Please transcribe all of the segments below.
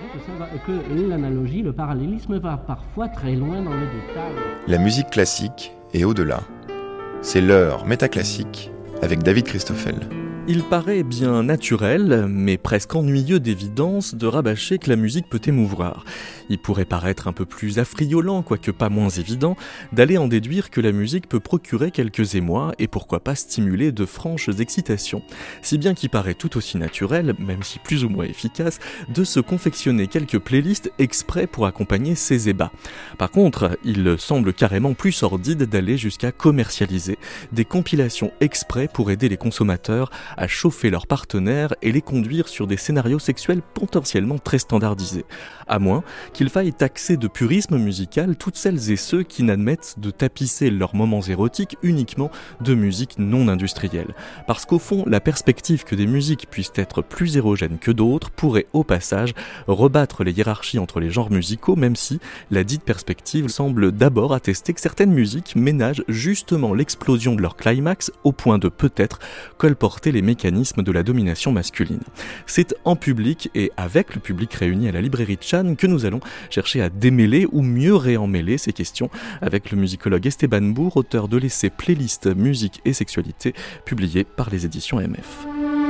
que l'analogie, le parallélisme va parfois très loin dans le détail. La musique classique et au-delà. C'est l'heure métaclassique avec David Christoffel. Il paraît bien naturel, mais presque ennuyeux d'évidence, de rabâcher que la musique peut émouvoir. Il pourrait paraître un peu plus affriolant, quoique pas moins évident, d'aller en déduire que la musique peut procurer quelques émois et pourquoi pas stimuler de franches excitations. Si bien qu'il paraît tout aussi naturel, même si plus ou moins efficace, de se confectionner quelques playlists exprès pour accompagner ces ébats. Par contre, il semble carrément plus sordide d'aller jusqu'à commercialiser des compilations exprès pour aider les consommateurs à chauffer leurs partenaires et les conduire sur des scénarios sexuels potentiellement très standardisés. À moins qu'il faille taxer de purisme musical toutes celles et ceux qui n'admettent de tapisser leurs moments érotiques uniquement de musique non industrielle. Parce qu'au fond, la perspective que des musiques puissent être plus érogènes que d'autres pourrait au passage rebattre les hiérarchies entre les genres musicaux, même si la dite perspective semble d'abord attester que certaines musiques ménagent justement l'explosion de leur climax au point de peut-être colporter les mécanismes de la domination masculine. C'est en public et avec le public réuni à la librairie de Chan que nous allons chercher à démêler ou mieux réemmêler ces questions avec le musicologue Esteban Bour, auteur de l'essai Playlist, musique et sexualité, publié par les éditions MF.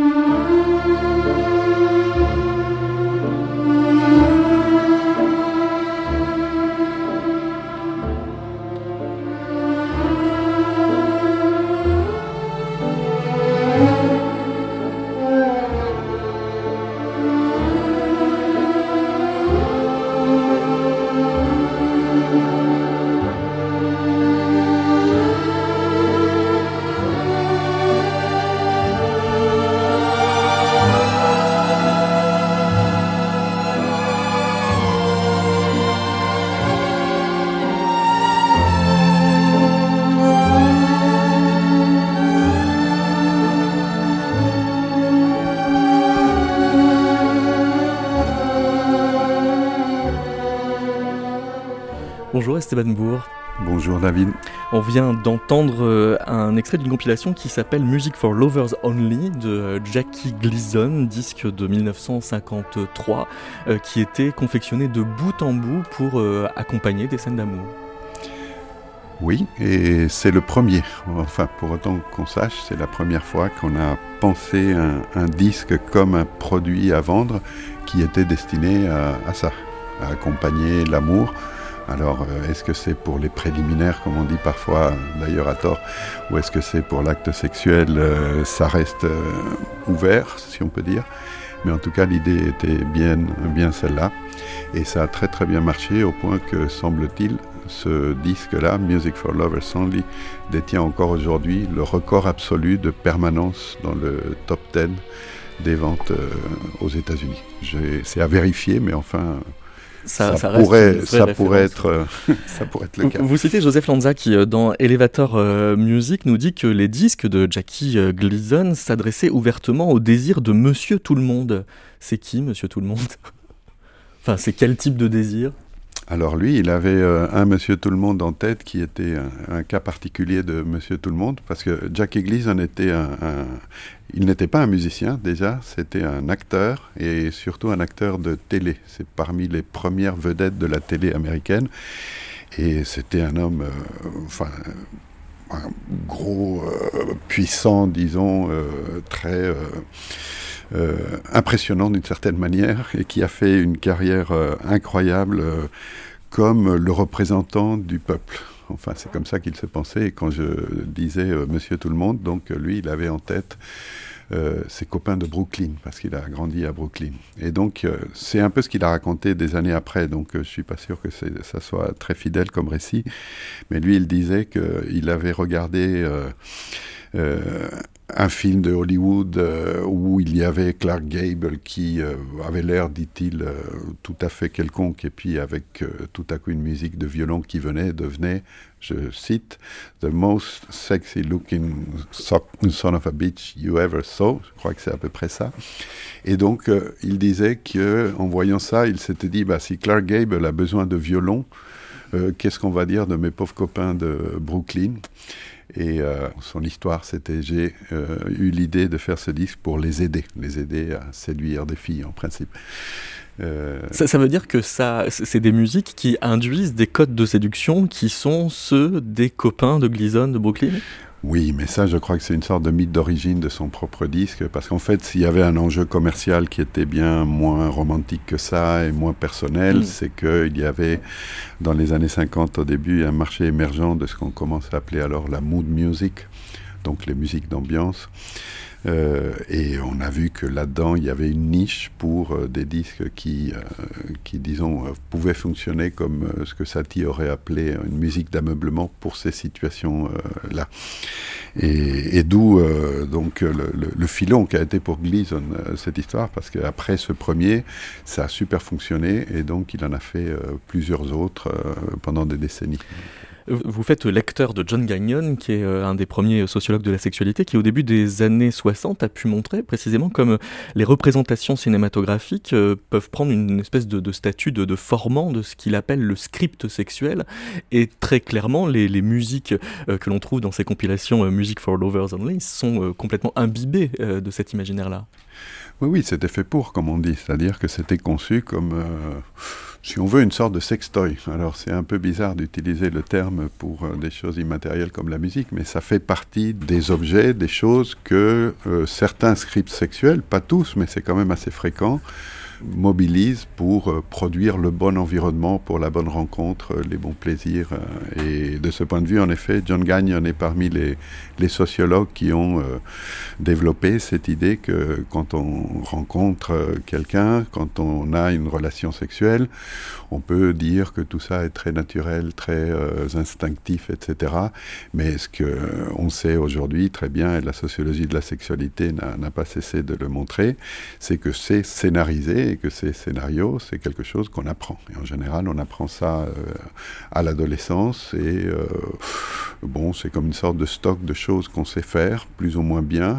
Bonjour Esteban Bour. Bonjour David. On vient d'entendre un extrait d'une compilation qui s'appelle Music for Lovers Only de Jackie Gleason, disque de 1953, qui était confectionné de bout en bout pour accompagner des scènes d'amour. Oui, et c'est le premier, enfin pour autant qu'on sache, c'est la première fois qu'on a pensé un disque comme un produit à vendre qui était destiné à ça, à accompagner l'amour. Alors, est-ce que c'est pour les préliminaires, comme on dit parfois, d'ailleurs à tort, ou est-ce que c'est pour l'acte sexuel? Ça reste ouvert, si on peut dire. Mais en tout cas, l'idée était bien celle-là. Et ça a très très bien marché, au point que, semble-t-il, ce disque-là, Music for Lovers Only, détient encore aujourd'hui le record absolu de permanence dans le top 10 des ventes aux États-Unis. C'est à vérifier, mais enfin... Ça pourrait être le cas. Vous citez Joseph Lanza qui, dans Elevator Music, nous dit que les disques de Jackie Gleason s'adressaient ouvertement au désir de Monsieur Tout-le-Monde. C'est qui, Monsieur Tout-le-Monde? Enfin, c'est quel type de désir? Alors lui, il avait un Monsieur Tout-le-Monde en tête qui était un cas particulier de Monsieur Tout-le-Monde, parce que Jackie Gleason était il n'était pas un musicien déjà, c'était un acteur, et surtout un acteur de télé. C'est parmi les premières vedettes de la télé américaine, et c'était un homme, un gros, puissant, disons, très... impressionnant d'une certaine manière, et qui a fait une carrière incroyable comme le représentant du peuple. Enfin, c'est comme ça qu'il se pensait. Et quand je disais Monsieur Tout-le-Monde, donc lui, il avait en tête ses copains de Brooklyn, parce qu'il a grandi à Brooklyn. Et donc, c'est un peu ce qu'il a raconté des années après. Donc, je suis pas sûr que ça soit très fidèle comme récit. Mais lui, il disait qu'il avait regardé... un film de Hollywood où il y avait Clark Gable qui avait l'air, dit-il, tout à fait quelconque, et puis avec tout à coup une musique de violon qui devenait, je cite, « The most sexy looking son of a bitch you ever saw ». Je crois que c'est à peu près ça. Et donc, il disait qu'en voyant ça, il s'était dit, si Clark Gable a besoin de violon, qu'est-ce qu'on va dire de mes pauvres copains de Brooklyn ? Et son histoire, c'était j'ai eu l'idée de faire ce disque pour les aider à séduire des filles en principe. Ça veut dire que c'est des musiques qui induisent des codes de séduction qui sont ceux des copains de Gleason, de Brooklyn? Oui, mais ça, je crois que c'est une sorte de mythe d'origine de son propre disque, parce qu'en fait, s'il y avait un enjeu commercial qui était bien moins romantique que ça et moins personnel, c'est qu'il y avait, dans les années 50 au début, un marché émergent de ce qu'on commence à appeler alors la mood music, donc les musiques d'ambiance. Et on a vu que là-dedans, il y avait une niche pour des disques qui disons, pouvaient fonctionner comme ce que Satie aurait appelé une musique d'ameublement pour ces situations-là. Et d'où donc le filon qui a été pour Gleason cette histoire, parce qu'après ce premier, ça a super fonctionné, et donc il en a fait plusieurs autres pendant des décennies. Vous faites lecteur de John Gagnon, qui est un des premiers sociologues de la sexualité, qui au début des années 60 a pu montrer précisément comme les représentations cinématographiques peuvent prendre une espèce de statut de formant de ce qu'il appelle le script sexuel. Et très clairement, les musiques que l'on trouve dans ces compilations Music for Lovers Only sont complètement imbibées de cet imaginaire-là. Oui, c'était fait pour, comme on dit. C'est-à-dire que c'était conçu comme... si on veut, une sorte de sextoy. Alors, c'est un peu bizarre d'utiliser le terme pour des choses immatérielles comme la musique, mais ça fait partie des objets, des choses que certains scripts sexuels, pas tous, mais c'est quand même assez fréquent, mobilisent pour produire le bon environnement, pour la bonne rencontre, les bons plaisirs. Et de ce point de vue, en effet, John Gagnon est parmi les sociologues qui ont développé cette idée que quand on rencontre quelqu'un, quand on a une relation sexuelle, on peut dire que tout ça est très naturel, très instinctif, etc. Mais ce qu'on sait aujourd'hui très bien, et la sociologie de la sexualité n'a pas cessé de le montrer, c'est que c'est scénarisé, et que ces scénarios, c'est quelque chose qu'on apprend. Et en général, on apprend ça à l'adolescence, et bon, c'est comme une sorte de stock de choses qu'on sait faire, plus ou moins bien,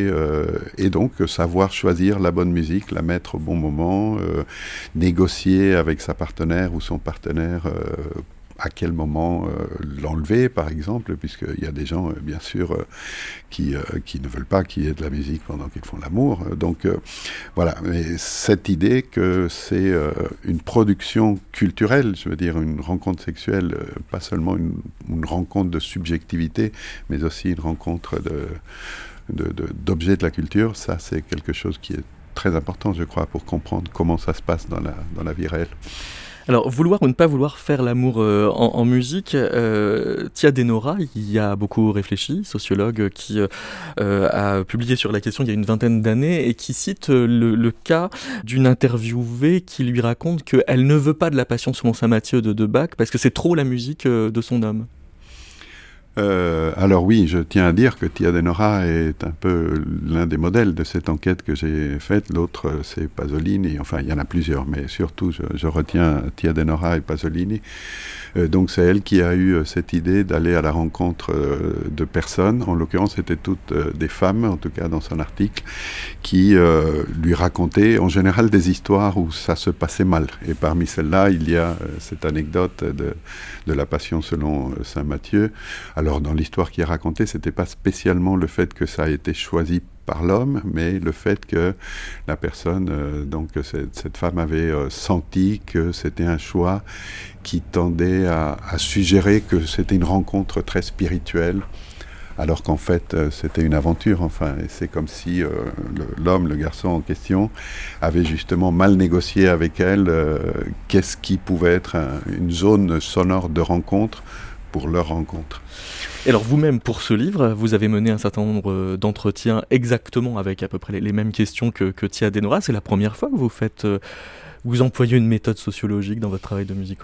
et donc savoir choisir la bonne musique, la mettre au bon moment, négocier avec sa partenaire ou son partenaire à quel moment l'enlever, par exemple, puisqu'il y a des gens, bien sûr, qui ne veulent pas qu'il y ait de la musique pendant qu'ils font l'amour. Donc, voilà. Mais cette idée que c'est une production culturelle, je veux dire, une rencontre sexuelle, pas seulement une rencontre de subjectivité, mais aussi une rencontre d'objets de la culture, ça, c'est quelque chose qui est très important, je crois, pour comprendre comment ça se passe dans la vie réelle. Alors, vouloir ou ne pas vouloir faire l'amour en musique, Tia Denora y a beaucoup réfléchi, sociologue qui a publié sur la question il y a une vingtaine d'années et qui cite le cas d'une interviewée qui lui raconte qu'elle ne veut pas de la Passion selon saint Matthieu de Bach parce que c'est trop la musique de son homme. Alors oui, je tiens à dire que Tia Denora est un peu l'un des modèles de cette enquête que j'ai faite. L'autre, c'est Pasolini. Enfin, il y en a plusieurs, mais surtout, je retiens Tia Denora et Pasolini. Donc, c'est elle qui a eu cette idée d'aller à la rencontre de personnes. En l'occurrence, c'était toutes des femmes, en tout cas dans son article, qui lui racontaient en général des histoires où ça se passait mal. Et parmi celles-là, il y a cette anecdote de la Passion selon saint Matthieu. Alors, dans l'histoire qui est racontée, c'était pas spécialement le fait que ça a été choisi par l'homme, mais le fait que la personne, donc cette femme avait senti que c'était un choix qui tendait à suggérer que c'était une rencontre très spirituelle, alors qu'en fait c'était une aventure, enfin, et c'est comme si l'homme, le garçon en question, avait justement mal négocié avec elle qu'est-ce qui pouvait être une zone sonore de rencontre pour leur rencontre. Et alors vous-même, pour ce livre, vous avez mené un certain nombre d'entretiens exactement avec à peu près les mêmes questions que Tia Denora. C'est la première fois que vous employez une méthode sociologique dans votre travail de musicologue ?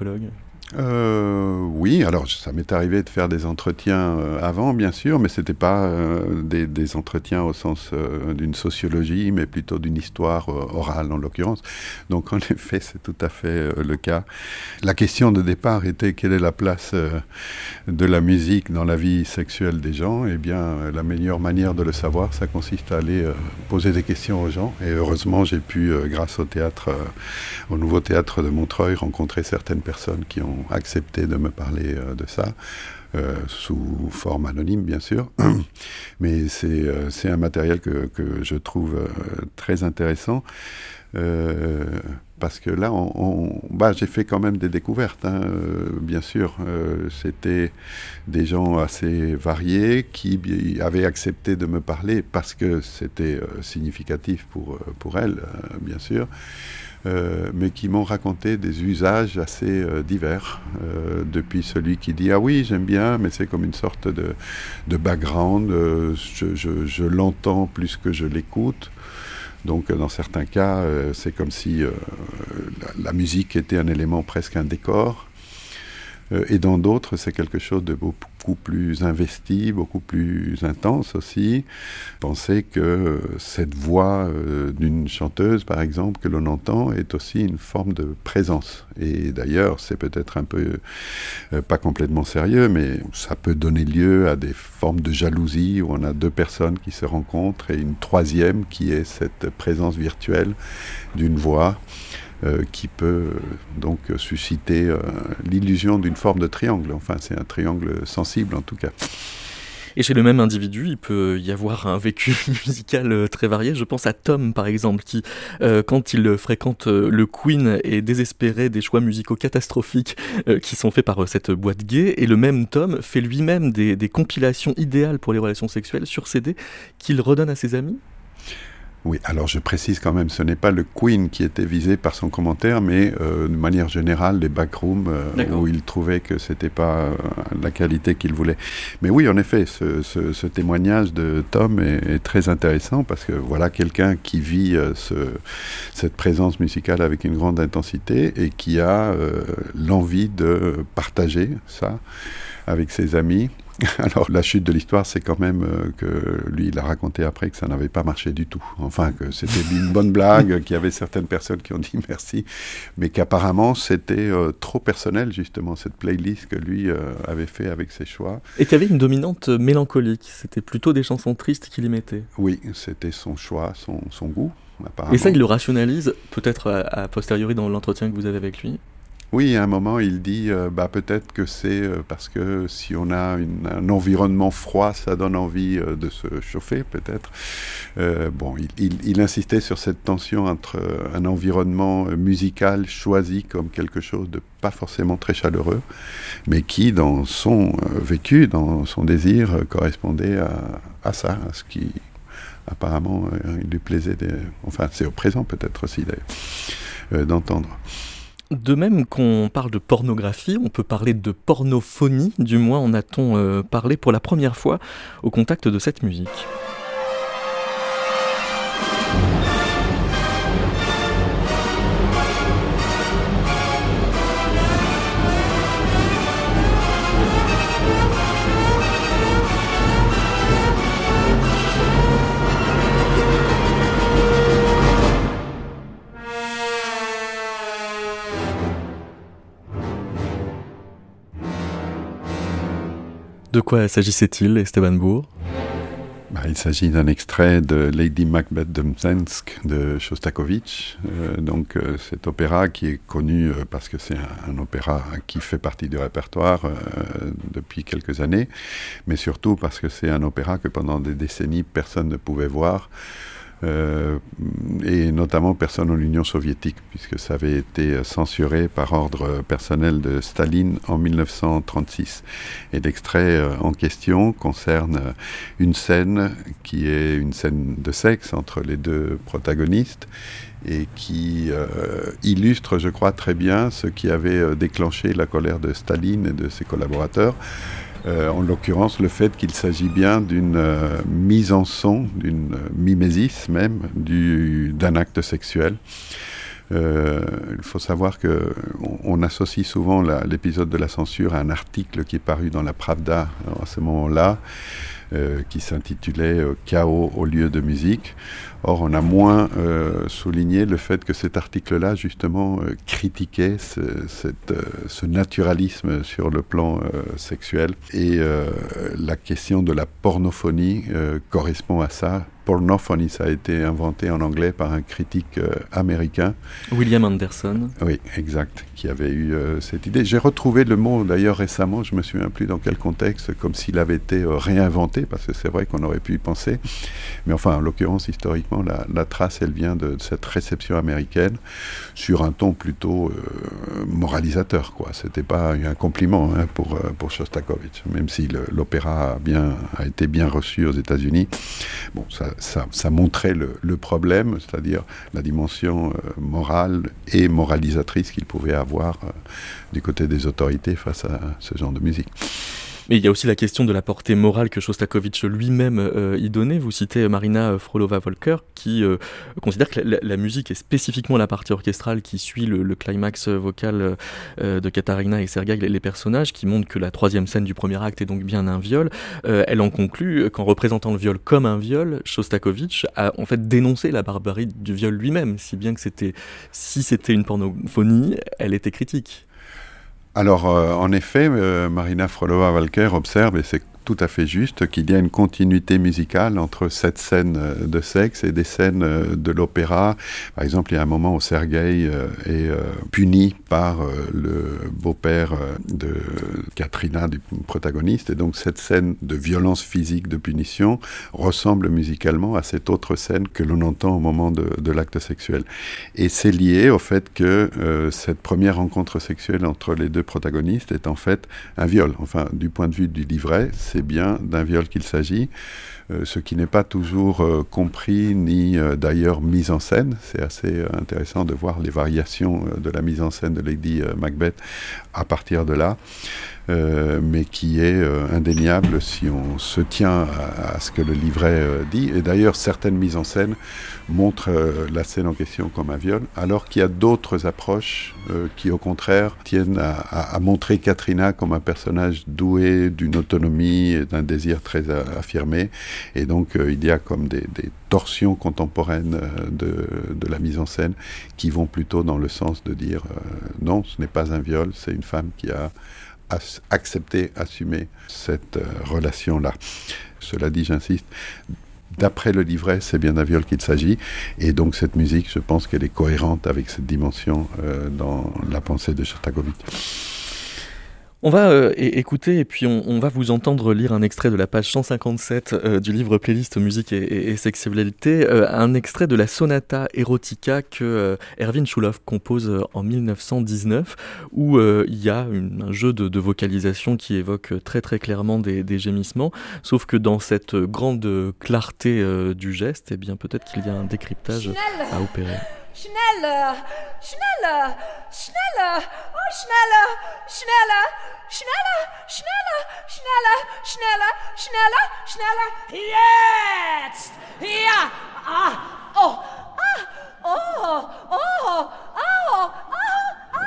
Oui, alors ça m'est arrivé de faire des entretiens avant, bien sûr, mais c'était pas des entretiens au sens d'une sociologie, mais plutôt d'une histoire orale en l'occurrence. Donc en effet, c'est tout à fait le cas. La question de départ était quelle est la place de la musique dans la vie sexuelle des gens. Eh bien, la meilleure manière de le savoir, ça consiste à aller poser des questions aux gens. Et heureusement, j'ai pu, grâce au nouveau théâtre de Montreuil, rencontrer certaines personnes qui ont accepté de me parler de ça. sous forme anonyme bien sûr, mais c'est un matériel que je trouve très intéressant. Parce que là, j'ai fait quand même des découvertes, bien sûr. C'était des gens assez variés qui avaient accepté de me parler parce que c'était significatif pour elles, bien sûr, mais qui m'ont raconté des usages assez divers. Depuis celui qui dit « Ah oui, j'aime bien, mais c'est comme une sorte de background, je l'entends plus que je l'écoute ». Donc dans certains cas, c'est comme si la musique était un élément presque un décor. Et dans d'autres, c'est quelque chose de beaucoup plus investi, beaucoup plus intense aussi. Pensez que cette voix d'une chanteuse, par exemple, que l'on entend, est aussi une forme de présence. Et d'ailleurs, c'est peut-être un peu, pas complètement sérieux, mais ça peut donner lieu à des formes de jalousie où on a deux personnes qui se rencontrent et une troisième qui est cette présence virtuelle d'une voix. Qui peut donc susciter l'illusion d'une forme de triangle. Enfin, c'est un triangle sensible en tout cas. Et chez le même individu, il peut y avoir un vécu musical très varié. Je pense à Tom, par exemple, qui, quand il fréquente le Queen, est désespéré des choix musicaux catastrophiques qui sont faits par cette boîte gay. Et le même Tom fait lui-même des compilations idéales pour les relations sexuelles sur CD qu'il redonne à ses amis. Oui, alors je précise quand même, ce n'est pas le Queen qui était visé par son commentaire, mais de manière générale, les backrooms où il trouvait que c'était pas la qualité qu'il voulait. Mais oui, en effet, ce témoignage de Tom est très intéressant parce que voilà quelqu'un qui vit cette présence musicale avec une grande intensité et qui a l'envie de partager ça avec ses amis. Alors la chute de l'histoire, c'est quand même que lui, il a raconté après que ça n'avait pas marché du tout. Enfin, que c'était une bonne blague, qu'il y avait certaines personnes qui ont dit merci, mais qu'apparemment c'était trop personnel justement, cette playlist que lui avait fait avec ses choix. Et qu'il y avait une dominante mélancolique, c'était plutôt des chansons tristes qu'il y mettait. Oui, c'était son choix, son goût, apparemment. Et ça, il le rationalise, peut-être a posteriori dans l'entretien que vous avez avec lui. Oui, à un moment, il dit peut-être que c'est parce que si on a un environnement froid, ça donne envie de se chauffer, peut-être. Il insistait sur cette tension entre un environnement musical choisi comme quelque chose de pas forcément très chaleureux, mais qui, dans son vécu, dans son désir, correspondait à ça, à ce qui, apparemment, il lui plaisait. Enfin, c'est au présent, peut-être aussi, d'ailleurs, d'entendre. De même qu'on parle de pornographie, on peut parler de pornophonie, du moins en a-t-on parlé pour la première fois au contact de cette musique. De quoi s'agissait-il, Esteban Bourg ? Il s'agit d'un extrait de Lady Macbeth de Mzensk de Shostakovich. Cet opéra qui est connu parce que c'est un opéra qui fait partie du répertoire depuis quelques années, mais surtout parce que c'est un opéra que pendant des décennies personne ne pouvait voir. Et notamment personne en Union soviétique, puisque ça avait été censuré par ordre personnel de Staline en 1936. Et l'extrait en question concerne une scène qui est une scène de sexe entre les deux protagonistes et qui illustre, je crois, très bien ce qui avait déclenché la colère de Staline et de ses collaborateurs. En l'occurrence, le fait qu'il s'agit bien d'une mise en son, d'une mimésis même, d'un acte sexuel. Il faut savoir qu'on associe souvent l'épisode de la censure à un article qui est paru dans la Pravda à ce moment-là, qui s'intitulait « Chaos au lieu de musique ». Or, on a moins souligné le fait que cet article-là, justement, critiquait ce naturalisme sur le plan sexuel. Et la question de la pornophonie correspond à ça. Pornophony, ça a été inventé en anglais par un critique américain. William Anderson. Oui, exact, qui avait eu cette idée. J'ai retrouvé le mot d'ailleurs récemment, je ne me souviens plus dans quel contexte, comme s'il avait été réinventé, parce que c'est vrai qu'on aurait pu y penser. Mais enfin, en l'occurrence, historiquement, la trace, elle vient de cette réception américaine sur un ton plutôt moralisateur, quoi. C'était pas un compliment pour Shostakovich, même si l'opéra a été bien reçu aux États-Unis. Bon, ça montrait le problème, c'est-à-dire la dimension morale et moralisatrice qu'il pouvait avoir du côté des autorités face à ce genre de musique. Mais il y a aussi la question de la portée morale que Shostakovich lui-même y donnait. Vous citez Marina Frolova-Volker qui considère que la musique et spécifiquement la partie orchestrale qui suit le climax vocal de Katarina et Sergueï, les personnages, qui montrent que la troisième scène du premier acte est donc bien un viol. Elle en conclut qu'en représentant le viol comme un viol, Shostakovich a en fait dénoncé la barbarie du viol lui-même, si bien que si c'était une pornophonie, elle était critique. Alors, en effet, Marina Frolova-Volker observe, et c'est tout à fait juste, qu'il y a une continuité musicale entre cette scène de sexe et des scènes de l'opéra. Par exemple, il y a un moment où Sergueï est puni par le beau-père de Katrina, du protagoniste, et donc cette scène de violence physique, de punition, ressemble musicalement à cette autre scène que l'on entend au moment de l'acte sexuel. Et c'est lié au fait que cette première rencontre sexuelle entre les deux protagonistes est en fait un viol. Enfin, du point de vue du livret, c'est bien d'un viol qu'il s'agit, ce qui n'est pas toujours compris ni d'ailleurs mis en scène. C'est assez intéressant de voir les variations de la mise en scène de Lady Macbeth à partir de là. Mais qui est indéniable si on se tient à ce que le livret dit. Et d'ailleurs, certaines mises en scène montrent la scène en question comme un viol, alors qu'il y a d'autres approches qui, au contraire, tiennent à montrer Katrina comme un personnage doué d'une autonomie et d'un désir très affirmé. Et donc, il y a comme des torsions contemporaines de la mise en scène qui vont plutôt dans le sens de dire non, ce n'est pas un viol, c'est une femme qui a accepter, assumer cette relation-là. Cela dit, j'insiste, d'après le livret, c'est bien d'un viol qu'il s'agit, et donc cette musique, je pense qu'elle est cohérente avec cette dimension dans la pensée de Shostakovich. On va écouter et puis on va vous entendre lire un extrait de la page 157 du livre Playlist musique et sexualité, un extrait de la sonata erotica que Erwin Schulhoff compose en 1919, où il y a un jeu de vocalisation qui évoque très très clairement des gémissements, sauf que dans cette grande clarté du geste, eh bien peut-être qu'il y a un décryptage à opérer. Schneller, schneller, schneller, oh schneller, schneller, schneller, schneller, schneller, schneller, schneller, schneller. Jetzt! Ja! Ah! Oh! Ah! Oh! Oh! Oh! Oh!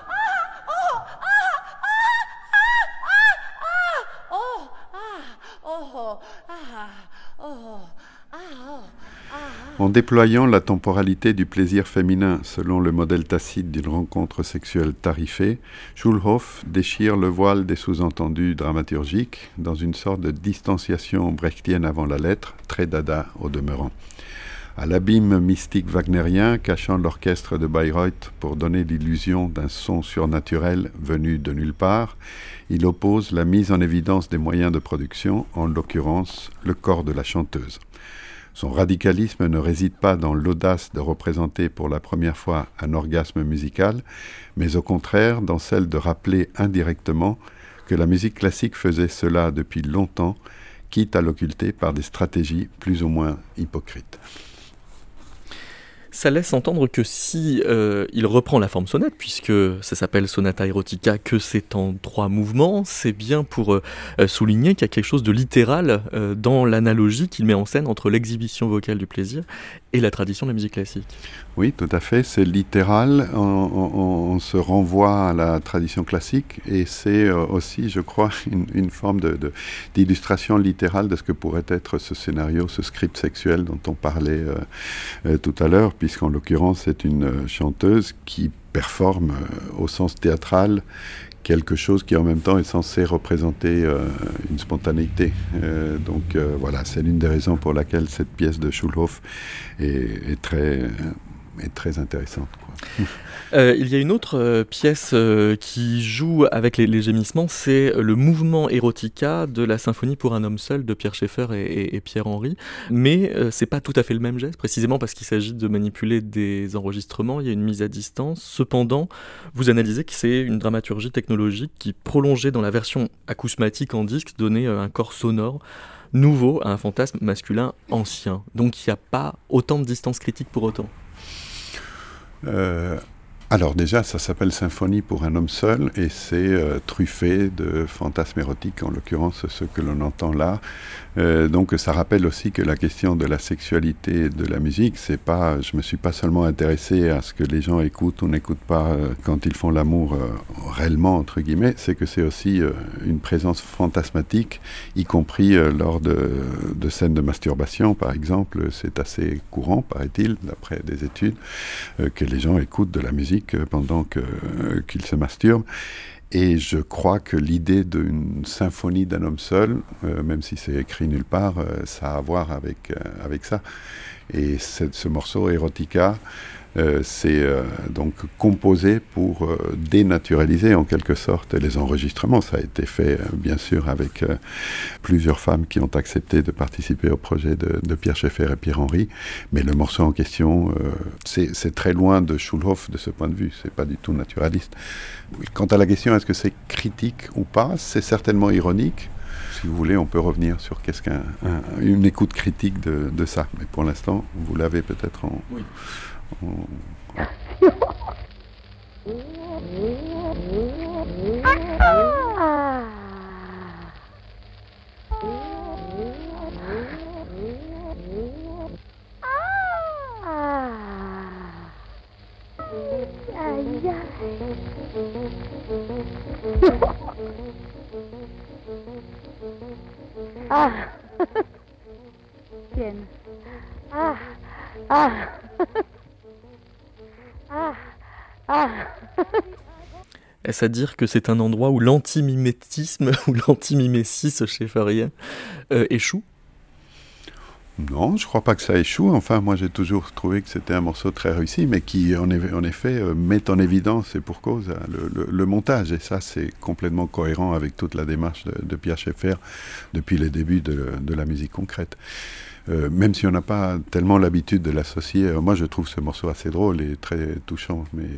En déployant la temporalité du plaisir féminin selon le modèle tacite d'une rencontre sexuelle tarifée, Schulhoff déchire le voile des sous-entendus dramaturgiques dans une sorte de distanciation brechtienne avant la lettre, très dada au demeurant. À l'abîme mystique wagnérien cachant l'orchestre de Bayreuth pour donner l'illusion d'un son surnaturel venu de nulle part, il oppose la mise en évidence des moyens de production, en l'occurrence le corps de la chanteuse. Son radicalisme ne réside pas dans l'audace de représenter pour la première fois un orgasme musical, mais au contraire dans celle de rappeler indirectement que la musique classique faisait cela depuis longtemps, quitte à l'occulter par des stratégies plus ou moins hypocrites. Ça laisse entendre que si il reprend la forme sonate, puisque ça s'appelle Sonata Erotica, que c'est en 3 mouvements, c'est bien pour souligner qu'il y a quelque chose de littéral dans l'analogie qu'il met en scène entre l'exhibition vocale du plaisir et la tradition de la musique classique. Oui, tout à fait, c'est littéral, on se renvoie à la tradition classique et c'est aussi, je crois, une forme d'illustration littérale de ce que pourrait être ce scénario, ce script sexuel dont on parlait tout à l'heure, puisqu'en l'occurrence c'est une chanteuse qui performe au sens théâtral quelque chose qui en même temps est censé représenter une spontanéité. Donc voilà, c'est l'une des raisons pour laquelle cette pièce de Schulhoff est très intéressante, quoi. Il y a une autre pièce qui joue avec les gémissements, c'est le mouvement Erotica de la symphonie pour un homme seul de Pierre Schaeffer et Pierre Henry. Mais c'est pas tout à fait le même geste, précisément parce qu'il s'agit de manipuler des enregistrements, il y a une mise à distance. Cependant, vous analysez que c'est une dramaturgie technologique qui, prolongée dans la version acousmatique en disque, donnait un corps sonore nouveau à un fantasme masculin ancien. Donc il n'y a pas autant de distance critique pour autant. Alors déjà, ça s'appelle Symphonie pour un homme seul et c'est truffé de fantasmes érotiques, en l'occurrence ce que l'on entend là. Donc ça rappelle aussi que la question de la sexualité de la musique, c'est pas, je me suis pas seulement intéressé à ce que les gens écoutent ou n'écoutent pas quand ils font l'amour réellement, entre guillemets, c'est que c'est aussi une présence fantasmatique, y compris lors de scènes de masturbation, par exemple. C'est assez courant, paraît-il, d'après des études, que les gens écoutent de la musique pendant qu'ils se masturbent. Et je crois que l'idée d'une symphonie d'un homme seul, même si c'est écrit nulle part, ça a à voir avec ça. Et ce morceau Erotica, c'est donc composé pour dénaturaliser en quelque sorte les enregistrements. Ça a été fait bien sûr avec plusieurs femmes qui ont accepté de participer au projet de Pierre Schaeffer et Pierre Henry, mais le morceau en question, c'est très loin de Schulhoff de ce point de vue, c'est pas du tout naturaliste. Quant à la question, est-ce que c'est critique ou pas, c'est certainement ironique. Si vous voulez, on peut revenir sur qu'est-ce qu'une écoute critique de ça, mais pour l'instant, vous l'avez peut-être en... Oui. Bien. Est-ce à dire que c'est un endroit où l'antimimétisme ou l'antimimésis schaefferien échoue ? Non, je ne crois pas que ça échoue. Enfin, moi, j'ai toujours trouvé que c'était un morceau très réussi, mais qui, en effet, met en évidence, et pour cause, le montage. Et ça, c'est complètement cohérent avec toute la démarche de Pierre Schaeffer depuis les débuts de la musique concrète. Même si on n'a pas tellement l'habitude de l'associer, moi, je trouve ce morceau assez drôle et très touchant, mais...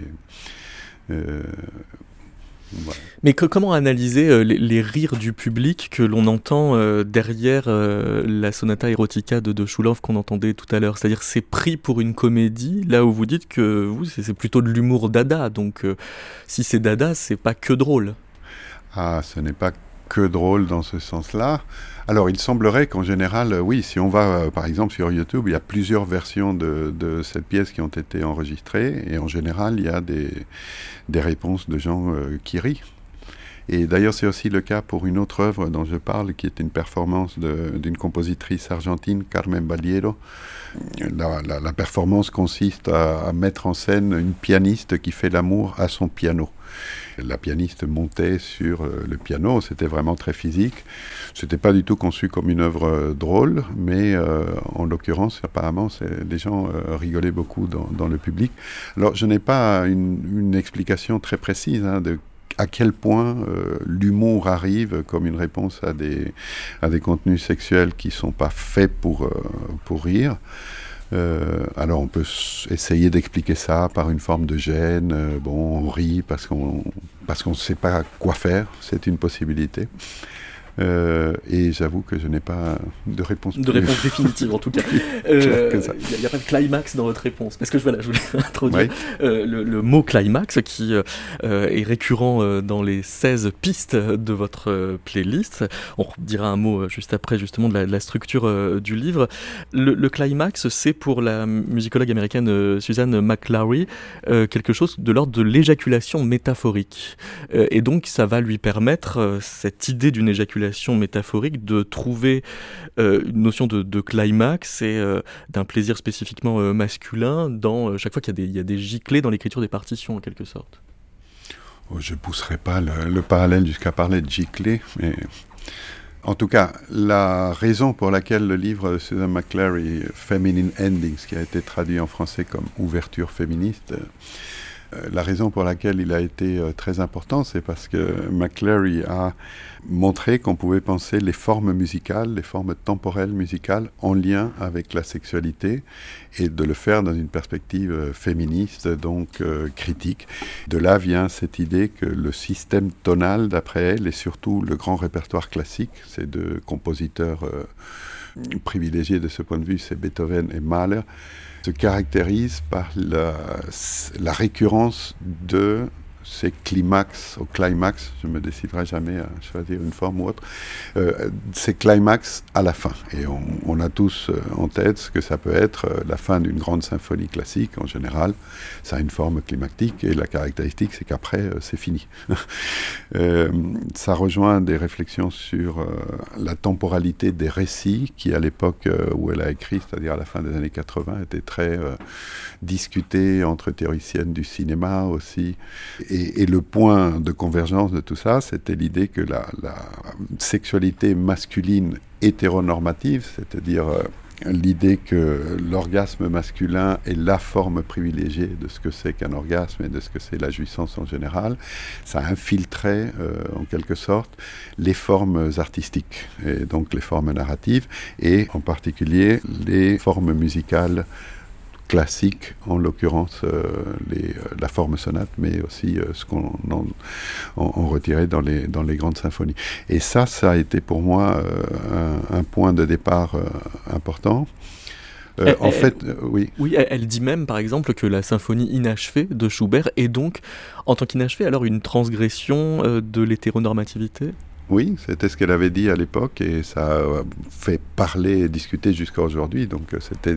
Voilà. Mais comment analyser les rires du public que l'on entend derrière la Sonata Erotica de Schulhoff qu'on entendait tout à l'heure ? C'est-à-dire c'est pris pour une comédie, là où vous dites que vous, c'est plutôt de l'humour dada. Donc si c'est dada, c'est pas que drôle. Ah, ce n'est pas que drôle dans ce sens-là. Alors, il semblerait qu'en général, oui, si on va par exemple sur YouTube, il y a plusieurs versions de cette pièce qui ont été enregistrées et en général, il y a des réponses de gens qui rient. Et d'ailleurs, c'est aussi le cas pour une autre œuvre dont je parle, qui est une performance d'une compositrice argentine, Carmen Baliero. La performance consiste à mettre en scène une pianiste qui fait l'amour à son piano. La pianiste montait sur le piano, c'était vraiment très physique. C'était pas du tout conçu comme une œuvre drôle, mais en l'occurrence, apparemment, les gens rigolaient beaucoup dans le public. Alors, je n'ai pas une explication très précise de à quel point l'humour arrive comme une réponse à des contenus sexuels qui ne sont pas faits pour rire. Alors on peut essayer d'expliquer ça par une forme de gêne. On rit parce qu'on ne sait pas quoi faire, c'est une possibilité. Et j'avoue que je n'ai pas de réponse. De réponse définitive en tout cas. Il n'y a pas de climax dans votre réponse. Parce que je voulais introduire le mot climax qui est récurrent dans les 16 pistes de votre playlist. On dira un mot juste après justement de la structure du livre. Le climax, c'est pour la musicologue américaine Susan McLaury quelque chose de l'ordre de l'éjaculation métaphorique. Et donc ça va lui permettre, cette idée d'une éjaculation métaphorique, de trouver une notion de climax et d'un plaisir spécifiquement masculin dans chaque fois qu'il y a des giclées dans l'écriture des partitions en quelque sorte. Je ne pousserai pas le parallèle jusqu'à parler de giclées, mais en tout cas, la raison pour laquelle le livre de Susan McLaury, Feminine Endings, qui a été traduit en français comme ouverture féministe, la raison pour laquelle il a été très important, c'est parce que McLaury a montré qu'on pouvait penser les formes musicales, les formes temporelles musicales en lien avec la sexualité et de le faire dans une perspective féministe, donc critique. De là vient cette idée que le système tonal, d'après elle, et surtout le grand répertoire classique, ces deux compositeurs privilégiés de ce point de vue, c'est Beethoven et Mahler, se caractérise par la récurrence de ces climax, au climax, je ne me déciderai jamais à choisir une forme ou autre, ces climax à la fin. Et on a tous en tête ce que ça peut être la fin d'une grande symphonie classique, en général. Ça a une forme climactique, et la caractéristique, c'est qu'après, c'est fini. Ça rejoint des réflexions sur la temporalité des récits, qui à l'époque où elle a écrit, c'est-à-dire à la fin des années 80, était très discutée entre théoriciennes du cinéma aussi. Et le point de convergence de tout ça, c'était l'idée que la sexualité masculine hétéronormative, c'est-à-dire l'idée que l'orgasme masculin est la forme privilégiée de ce que c'est qu'un orgasme et de ce que c'est la jouissance en général, ça infiltrait en quelque sorte les formes artistiques, et donc les formes narratives, et en particulier les formes musicales classique, en l'occurrence la forme sonate, mais aussi ce qu'on en retirait dans les grandes symphonies. Et ça a été pour moi un point de départ important. Oui. Oui, elle dit même, par exemple, que la symphonie inachevée de Schubert est donc, en tant qu'inachevée, alors une transgression de l'hétéronormativité ? Oui, c'était ce qu'elle avait dit à l'époque, et ça a fait parler et discuter jusqu'à aujourd'hui. Donc c'était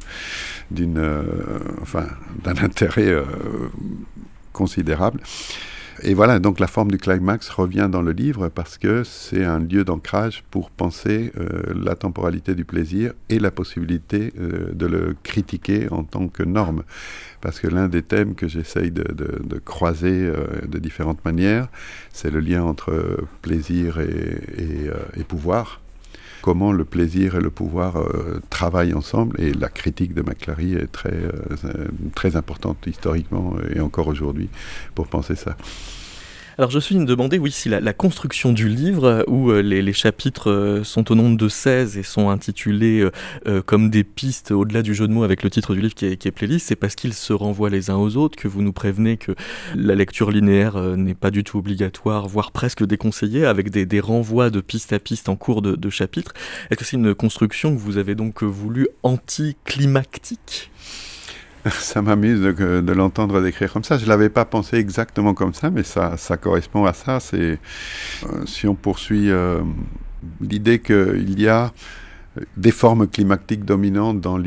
d'un intérêt considérable. Et voilà, donc la forme du climax revient dans le livre parce que c'est un lieu d'ancrage pour penser la temporalité du plaisir et la possibilité de le critiquer en tant que norme. Parce que l'un des thèmes que j'essaye de croiser de différentes manières, c'est le lien entre plaisir et pouvoir. Comment le plaisir et le pouvoir travaillent ensemble, et la critique de McLaury est très importante historiquement et encore aujourd'hui pour penser ça. Alors je suis demandé, oui, si la construction du livre, où les chapitres sont au nombre de 16 et sont intitulés comme des pistes au-delà du jeu de mots avec le titre du livre qui est playlist, c'est parce qu'ils se renvoient les uns aux autres, que vous nous prévenez que la lecture linéaire n'est pas du tout obligatoire, voire presque déconseillée, avec des renvois de piste à piste en cours de chapitre. Est-ce que c'est une construction que vous avez donc voulu anticlimactique ? Ça m'amuse de l'entendre décrire comme ça. Je ne l'avais pas pensé exactement comme ça, mais ça correspond à ça. C'est, si on poursuit l'idée qu'il y a des formes climactiques dominantes dans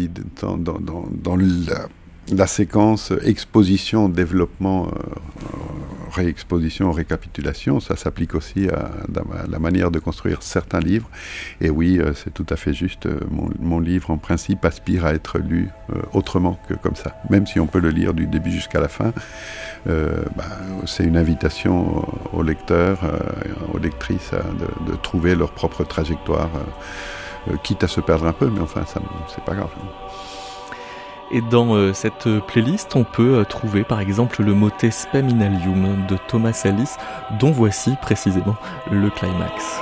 la séquence exposition, développement, réexposition, récapitulation, ça s'applique aussi à la manière de construire certains livres. Et oui, c'est tout à fait juste. Mon livre, en principe, aspire à être lu autrement que comme ça. Même si on peut le lire du début jusqu'à la fin, c'est une invitation aux lecteurs, aux lectrices de trouver leur propre trajectoire, quitte à se perdre un peu, mais enfin, c'est pas grave. Et dans cette playlist, on peut trouver par exemple le motet Spem in Alium de Thomas Alice, dont voici précisément le climax.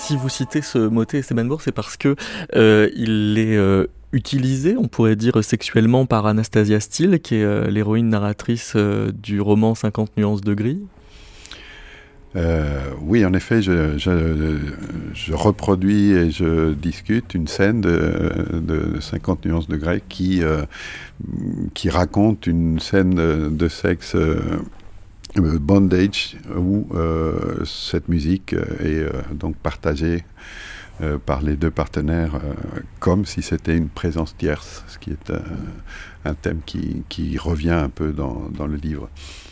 Si vous citez ce motet Esteban Bour, c'est parce que il est utilisé, on pourrait dire sexuellement, par Anastasia Steele, qui est l'héroïne narratrice du roman 50 nuances de gris. Oui, en effet, je reproduis et je discute une scène de 50 nuances de gris qui raconte une scène de sexe bondage où cette musique est donc partagée par les deux partenaires comme si c'était une présence tierce, ce qui est un thème qui revient un peu dans le livre.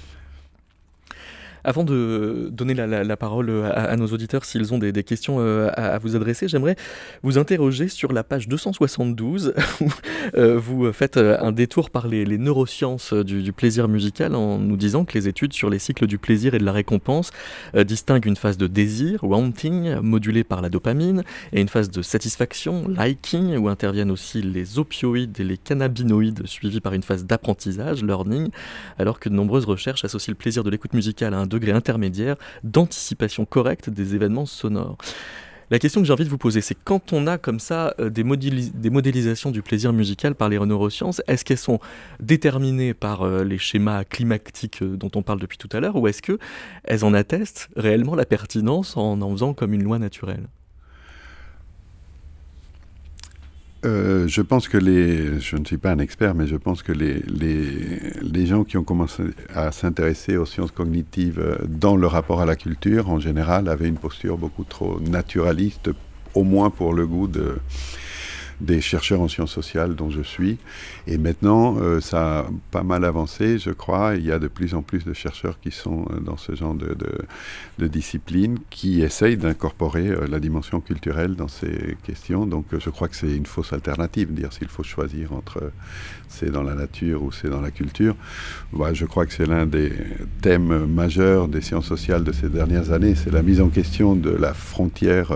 Avant de donner la parole à nos auditeurs, s'ils ont des questions à vous adresser, j'aimerais vous interroger sur la page 272, où vous faites un détour par les neurosciences du plaisir musical en nous disant que les études sur les cycles du plaisir et de la récompense distinguent une phase de désir, wanting, modulée par la dopamine, et une phase de satisfaction, liking, où interviennent aussi les opioïdes et les cannabinoïdes, suivis par une phase d'apprentissage, learning, alors que de nombreuses recherches associent le plaisir de l'écoute musicale à un degré intermédiaire d'anticipation correcte des événements sonores. La question que j'ai envie de vous poser, c'est quand on a comme ça des modélisations du plaisir musical par les neurosciences, est-ce qu'elles sont déterminées par les schémas climactiques dont on parle depuis tout à l'heure, ou est-ce qu'elles en attestent réellement la pertinence en faisant comme une loi naturelle ? Je pense que je ne suis pas un expert, mais je pense que les gens qui ont commencé à s'intéresser aux sciences cognitives dans le rapport à la culture, en général, avaient une posture beaucoup trop naturaliste, au moins pour le goût des chercheurs en sciences sociales dont je suis. Et maintenant, ça a pas mal avancé, je crois. Il y a de plus en plus de chercheurs qui sont dans ce genre de discipline, qui essayent d'incorporer la dimension culturelle dans ces questions. Donc je crois que c'est une fausse alternative, dire s'il faut choisir entre c'est dans la nature ou c'est dans la culture. Je crois que c'est l'un des thèmes majeurs des sciences sociales de ces dernières années. C'est la mise en question de la frontière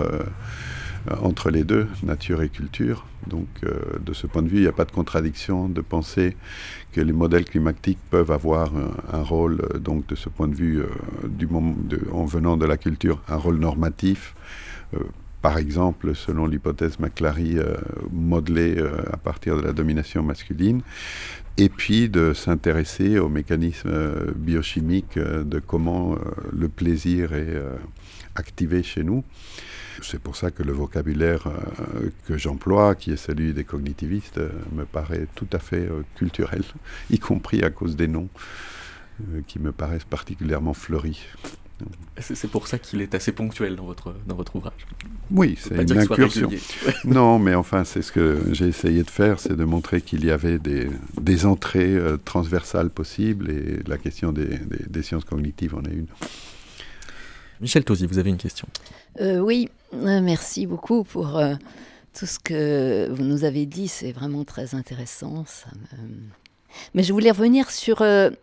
entre les deux, nature et culture. Donc, de ce point de vue, il n'y a pas de contradiction de penser que les modèles climactiques peuvent avoir un rôle, donc de ce point de vue, en venant de la culture, un rôle normatif. Par exemple, selon l'hypothèse McClary, modelée à partir de la domination masculine, et puis de s'intéresser aux mécanismes biochimiques de comment le plaisir est activé chez nous. C'est pour ça que le vocabulaire que j'emploie, qui est celui des cognitivistes, me paraît tout à fait culturel, y compris à cause des noms qui me paraissent particulièrement fleuris. C'est pour ça qu'il est assez ponctuel dans votre ouvrage. Oui, c'est une incursion. Non, mais enfin, c'est ce que j'ai essayé de faire, c'est de montrer qu'il y avait des entrées transversales possibles, et la question des sciences cognitives en est une. Michel Tauzy, vous avez une question. Oui, merci beaucoup pour tout ce que vous nous avez dit. C'est vraiment très intéressant. Mais je voulais revenir sur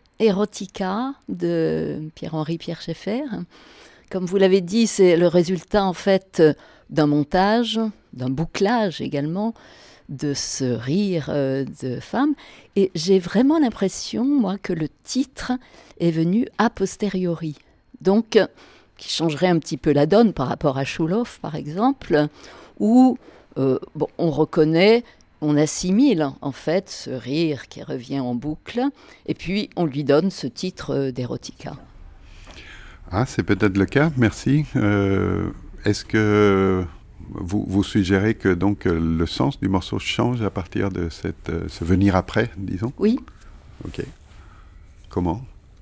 Erotica de Pierre-Henri Pierre Schaeffer. Comme vous l'avez dit, c'est le résultat en fait d'un montage, d'un bouclage également, de ce rire de femme. Et j'ai vraiment l'impression, moi, que le titre est venu a posteriori. Donc, qui changerait un petit peu la donne par rapport à Schulhoff, par exemple, où on reconnaît, on assimile en fait ce rire qui revient en boucle, et puis on lui donne ce titre d'Erotica. Ah, c'est peut-être le cas, merci. Est-ce que vous suggérez que donc le sens du morceau change à partir de ce venir après, disons ? Oui. Ok. Comment ?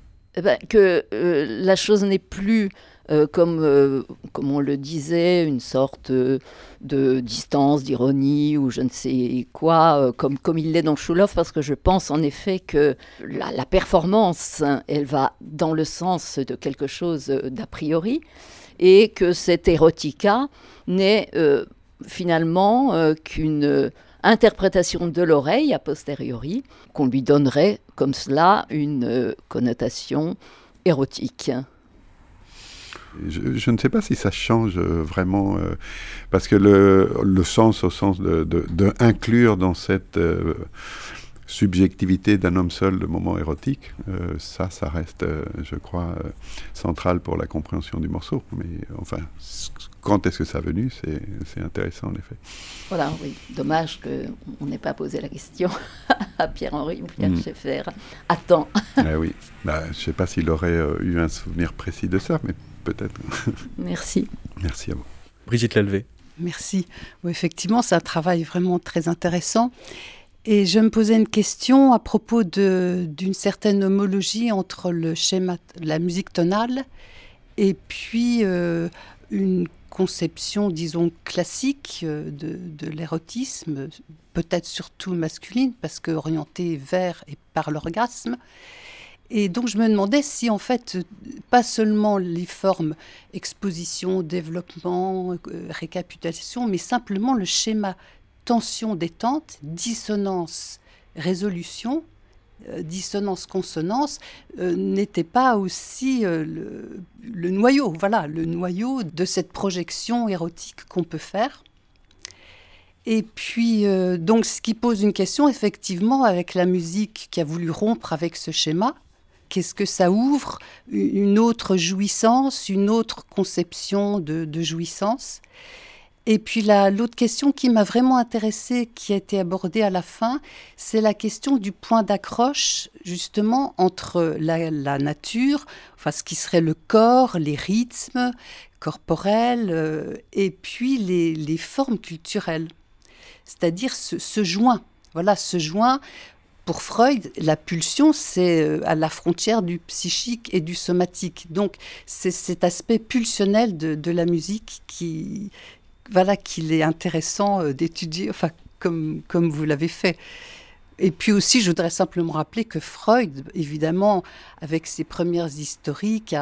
Que la chose n'est plus comme on le disait, une sorte de distance, d'ironie ou je ne sais quoi, comme il l'est dans Schulhoff, parce que je pense en effet que la performance, elle va dans le sens de quelque chose d'a priori, et que cette Erotica n'est finalement qu'une interprétation de l'oreille a posteriori, qu'on lui donnerait comme cela une connotation érotique. Je ne sais pas si ça change vraiment, parce que le sens, au sens de inclure dans cette subjectivité d'un homme seul le moment érotique, ça reste, je crois, central pour la compréhension du morceau. Mais enfin, quand est-ce que ça a venu, c'est intéressant en effet. Voilà, oui. Dommage qu'on n'ait pas posé la question à Pierre-Henri ou Pierre Schaeffer. Attends. Oui, je ne sais pas s'il aurait eu un souvenir précis de ça, mais peut-être. Merci. Merci à vous. Brigitte Lalvé. Merci. Oui, effectivement, c'est un travail vraiment très intéressant. Et je me posais une question à propos d'une certaine homologie entre le schéma, la musique tonale, et puis une conception, disons, classique de l'érotisme, peut-être surtout masculine, parce qu'orientée vers et par l'orgasme. Et donc je me demandais si en fait, pas seulement les formes exposition, développement, récapitulation, mais simplement le schéma tension-détente, dissonance-résolution, dissonance-consonance, n'était pas aussi le noyau, voilà, le noyau de cette projection érotique qu'on peut faire. Et puis, donc, ce qui pose une question, effectivement, avec la musique qui a voulu rompre avec ce schéma, qu'est-ce que ça ouvre? Une autre jouissance, une autre conception de jouissance. Et puis l'autre question qui m'a vraiment intéressée, qui a été abordée à la fin, c'est la question du point d'accroche, justement, entre la nature, enfin ce qui serait le corps, les rythmes corporels, et puis les formes culturelles. C'est-à-dire ce joint. Voilà, ce joint. Pour Freud, la pulsion, c'est à la frontière du psychique et du somatique. Donc, c'est cet aspect pulsionnel de la musique qu'il est intéressant d'étudier, enfin, comme vous l'avez fait. Et puis aussi, je voudrais simplement rappeler que Freud, évidemment, avec ses premières hystériques,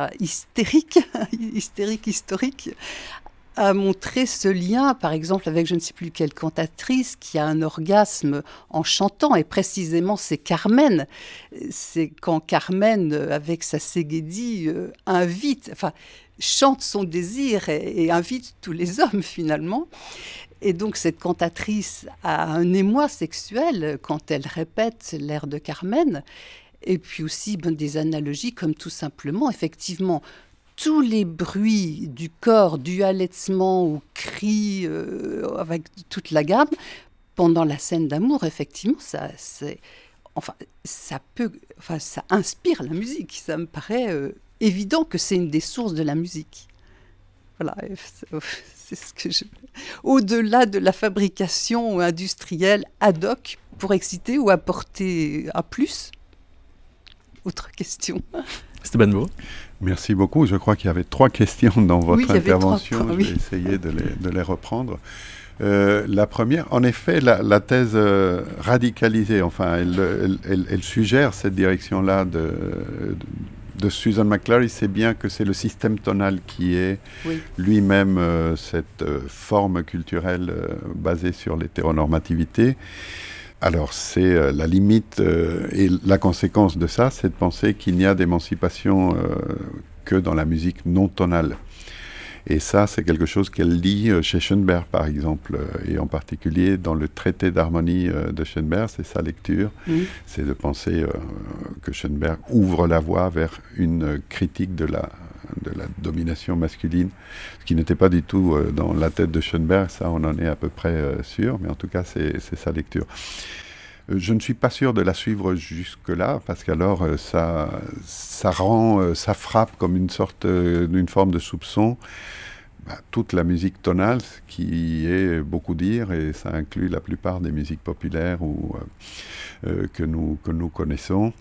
a montré ce lien, par exemple, avec je ne sais plus quelle cantatrice qui a un orgasme en chantant, et précisément c'est Carmen. C'est quand Carmen, avec sa Szegedi, chante son désir et invite tous les hommes finalement. Et donc cette cantatrice a un émoi sexuel quand elle répète l'air de Carmen. Et puis aussi des analogies comme tout simplement, effectivement, tous les bruits du corps, du halètement au cri, avec toute la gamme, pendant la scène d'amour, effectivement, ça inspire la musique. Ça me paraît évident que c'est une des sources de la musique. Voilà, c'est ce que au-delà de la fabrication industrielle ad hoc pour exciter ou apporter un plus. Autre question. Stéban Beau. Merci beaucoup. Je crois qu'il y avait 3 questions dans votre intervention. Oui. Je vais essayer de les reprendre. La première, en effet, la thèse radicalisée, enfin, elle suggère cette direction-là de Susan McClary, c'est bien que c'est le système tonal qui est lui-même cette forme culturelle basée sur l'hétéronormativité. Alors, c'est la limite et la conséquence de ça, c'est de penser qu'il n'y a d'émancipation que dans la musique non tonale. Et ça, c'est quelque chose qu'elle dit chez Schoenberg, par exemple, et en particulier dans le traité d'harmonie de Schoenberg, c'est sa lecture, c'est de penser que Schoenberg ouvre la voie vers une critique de la domination masculine, ce qui n'était pas du tout dans la tête de Schoenberg, ça on en est à peu près sûr, mais en tout cas c'est sa lecture. Je ne suis pas sûr de la suivre jusque-là, parce qu'alors ça frappe comme une forme de soupçon toute la musique tonale, ce qui est beaucoup dire, et ça inclut la plupart des musiques populaires que nous connaissons.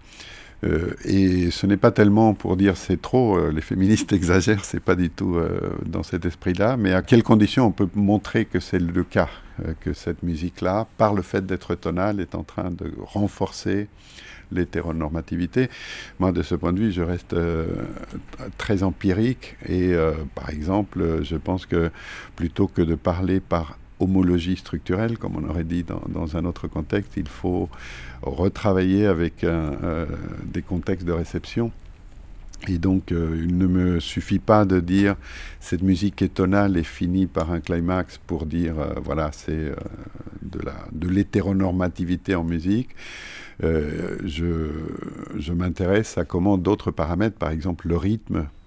Et ce n'est pas tellement pour dire c'est trop, les féministes exagèrent, c'est pas du tout dans cet esprit-là, mais à quelles conditions on peut montrer que c'est le cas, que cette musique-là, par le fait d'être tonale, est en train de renforcer l'hétéronormativité. Moi, de ce point de vue, je reste très empirique et, par exemple, je pense que plutôt que de parler par homologie structurelle, comme on aurait dit dans un autre contexte, il faut retravailler avec des contextes de réception. Et donc, il ne me suffit pas de dire cette musique est tonale et finit par un climax pour dire, voilà, c'est de l'hétéronormativité en musique. Je m'intéresse à comment d'autres paramètres, par exemple le rythme,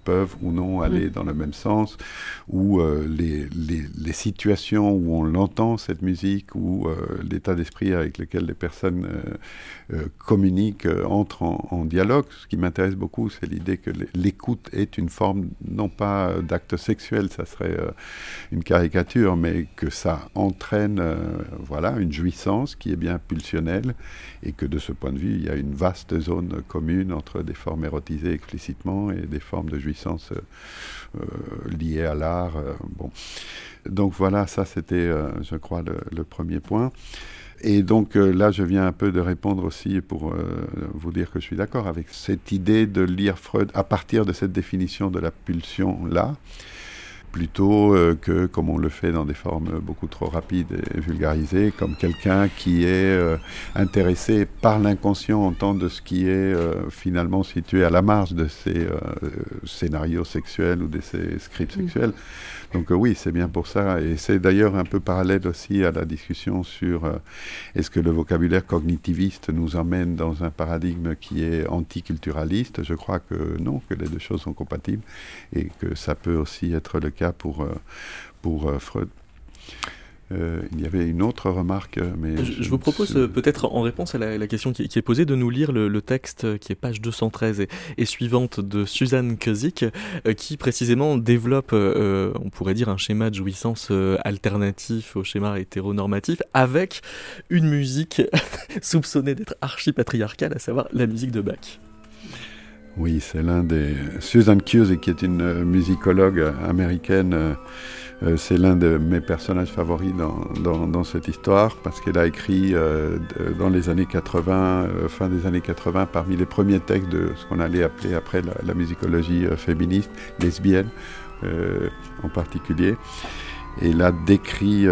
peuvent ou non aller dans le même sens, ou les situations où on l'entend, cette musique, ou l'état d'esprit avec lequel les personnes communiquent, entrent en dialogue. Ce qui m'intéresse beaucoup, c'est l'idée que l'écoute est une forme, non pas d'acte sexuel, ça serait une caricature, mais que ça entraîne une jouissance qui est bien pulsionnelle, et que de ce point de vue, il y a une vaste zone commune entre des formes érotisées explicitement et des formes de jouissance liées à l'art. Donc voilà, ça c'était, je crois, le premier point. Et donc là, je viens un peu de répondre aussi pour vous dire que je suis d'accord avec cette idée de lire Freud à partir de cette définition de la pulsion-là, plutôt que comme on le fait dans des formes beaucoup trop rapides et vulgarisées, comme quelqu'un qui est intéressé par l'inconscient en tant de ce qui est finalement situé à la marge de ces scénarios sexuels ou de ces scripts sexuels. Donc oui, c'est bien pour ça. Et c'est d'ailleurs un peu parallèle aussi à la discussion sur est-ce que le vocabulaire cognitiviste nous emmène dans un paradigme qui est anticulturaliste. Je crois que non, que les deux choses sont compatibles et que ça peut aussi être le cas pour Freud. Il y avait une autre remarque, mais... Je vous propose peut-être en réponse à la question qui est posée de nous lire le texte qui est page 213 et suivante de Suzanne Kozik, qui précisément développe, on pourrait dire, un schéma de jouissance alternatif au schéma hétéronormatif, avec une musique soupçonnée d'être archi-patriarcale, à savoir la musique de Bach. Oui, c'est l'un des... Suzanne Kozik, qui est une musicologue américaine, c'est l'un de mes personnages favoris dans cette histoire, parce qu'elle a écrit dans les années 80, fin des années 80, parmi les premiers textes de ce qu'on allait appeler après la musicologie féministe, lesbienne en particulier. Et elle a décrit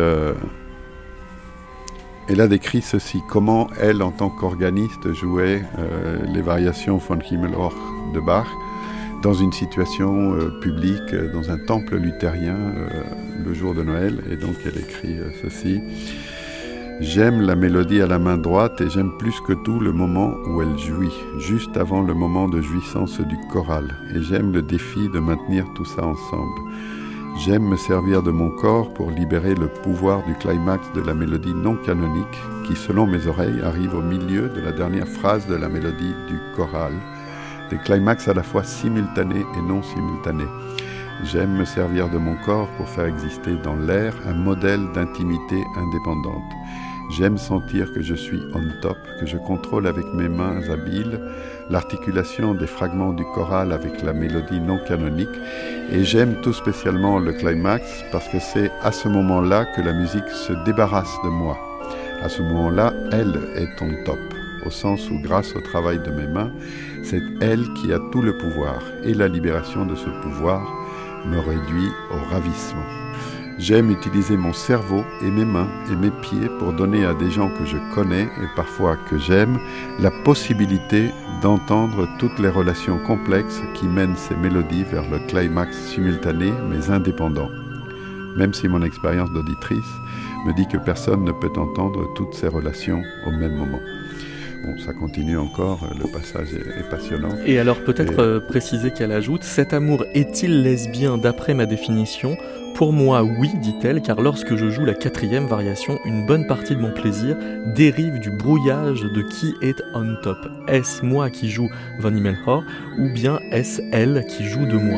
ceci, comment elle, en tant qu'organiste, jouait les variations von Himmelhoch de Bach dans une situation publique, dans un temple luthérien, le jour de Noël. Et donc elle écrit ceci. « J'aime la mélodie à la main droite et j'aime plus que tout le moment où elle jouit, juste avant le moment de jouissance du choral. Et j'aime le défi de maintenir tout ça ensemble. J'aime me servir de mon corps pour libérer le pouvoir du climax de la mélodie non canonique qui, selon mes oreilles, arrive au milieu de la dernière phrase de la mélodie du choral. Des climax à la fois simultanés et non simultanés. J'aime me servir de mon corps pour faire exister dans l'air un modèle d'intimité indépendante. J'aime sentir que je suis on top, que je contrôle avec mes mains habiles l'articulation des fragments du choral avec la mélodie non canonique, et j'aime tout spécialement le climax parce que c'est à ce moment-là que la musique se débarrasse de moi. À ce moment-là, elle est on top, au sens où grâce au travail de mes mains, c'est elle qui a tout le pouvoir, et la libération de ce pouvoir me réduit au ravissement. J'aime utiliser mon cerveau et mes mains et mes pieds pour donner à des gens que je connais et parfois que j'aime la possibilité d'entendre toutes les relations complexes qui mènent ces mélodies vers le climax simultané mais indépendant. Même si mon expérience d'auditrice me dit que personne ne peut entendre toutes ces relations au même moment. Bon, ça continue encore, le passage est passionnant. Et alors peut-être préciser qu'elle ajoute « Cet amour est-il lesbien d'après ma définition ? Pour moi, oui, dit-elle, car lorsque je joue la 4e variation, une bonne partie de mon plaisir dérive du brouillage de qui est on top. Est-ce moi qui joue von Himmelhoch ou bien est-ce elle qui joue de moi ?»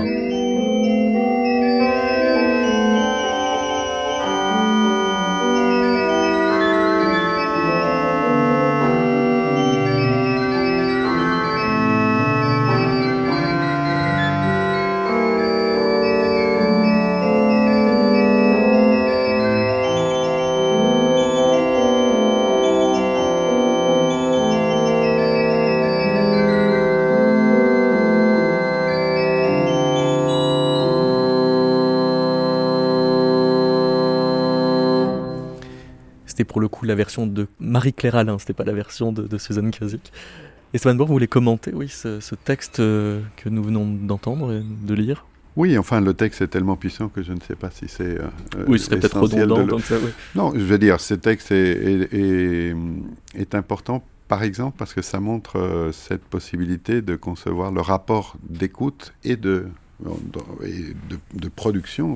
C'était pour le coup la version de Marie-Claire Alain, c'était pas la version de Suzanne Kozik. Esteban Bohr, vous voulez commenter ce texte que nous venons d'entendre et de lire ? Oui, enfin, le texte est tellement puissant que je ne sais pas si c'est oui, ce serait peut-être redondant comme ça, oui. Non, je veux dire, ce texte est important, par exemple, parce que ça montre cette possibilité de concevoir le rapport d'écoute et de et de production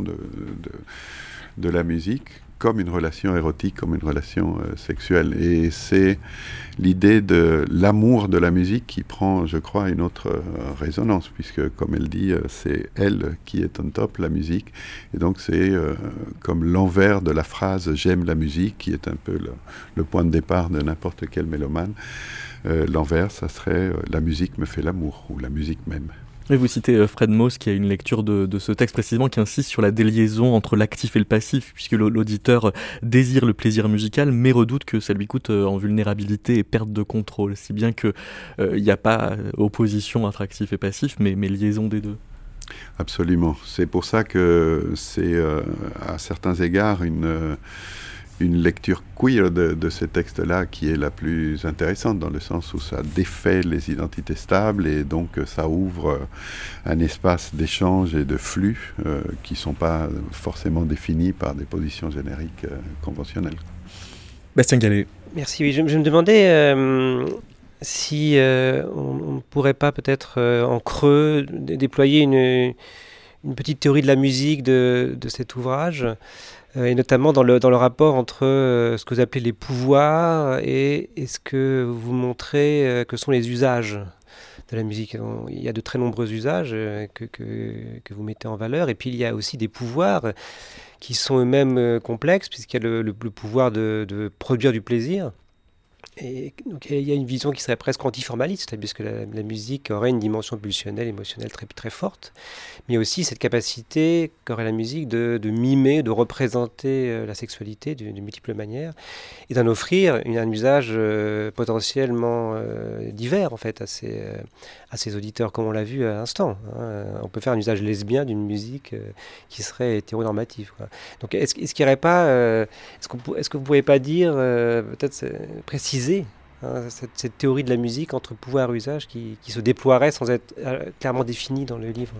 de la musique comme une relation érotique, comme une relation sexuelle. Et c'est l'idée de l'amour de la musique qui prend, je crois, une autre résonance, puisque, comme elle dit, c'est elle qui est on top, la musique. Et donc, c'est comme l'envers de la phrase « j'aime la musique », qui est un peu le point de départ de n'importe quel mélomane. L'envers, ça serait « la musique me fait l'amour » ou « la musique m'aime ». Et vous citez Fred Moss qui a une lecture de ce texte précisément qui insiste sur la déliaison entre l'actif et le passif, puisque l'auditeur désire le plaisir musical mais redoute que ça lui coûte en vulnérabilité et perte de contrôle, si bien qu'il n'y a pas opposition entre actif et passif mais liaison des deux. Absolument. C'est pour ça que c'est à certains égards une lecture queer de ces textes-là qui est la plus intéressante, dans le sens où ça défait les identités stables et donc ça ouvre un espace d'échange et de flux qui ne sont pas forcément définis par des positions génériques conventionnelles. Bastien Gallet. Merci. Oui, je me demandais si on ne pourrait pas peut-être en creux déployer une petite théorie de la musique de cet ouvrage, et notamment dans le rapport entre ce que vous appelez les pouvoirs et ce que vous montrez que sont les usages de la musique. Il y a de très nombreux usages que vous mettez en valeur, et puis il y a aussi des pouvoirs qui sont eux-mêmes complexes, puisqu'il y a le pouvoir de produire du plaisir. Et donc il y a une vision qui serait presque antiformaliste, puisque la musique aurait une dimension pulsionnelle, émotionnelle très, très forte, mais aussi cette capacité qu'aurait la musique de mimer, de représenter la sexualité de multiples manières, et d'en offrir un usage potentiellement divers en fait, à ses auditeurs, comme on l'a vu à l'instant. On peut faire un usage lesbien d'une musique qui serait hétéronormative, quoi. Donc est-ce qu'il n'y aurait pas... est-ce que vous ne pouvez pas dire, peut-être préciser cette théorie de la musique entre pouvoir et usage qui se déploierait sans être clairement définie dans le livre?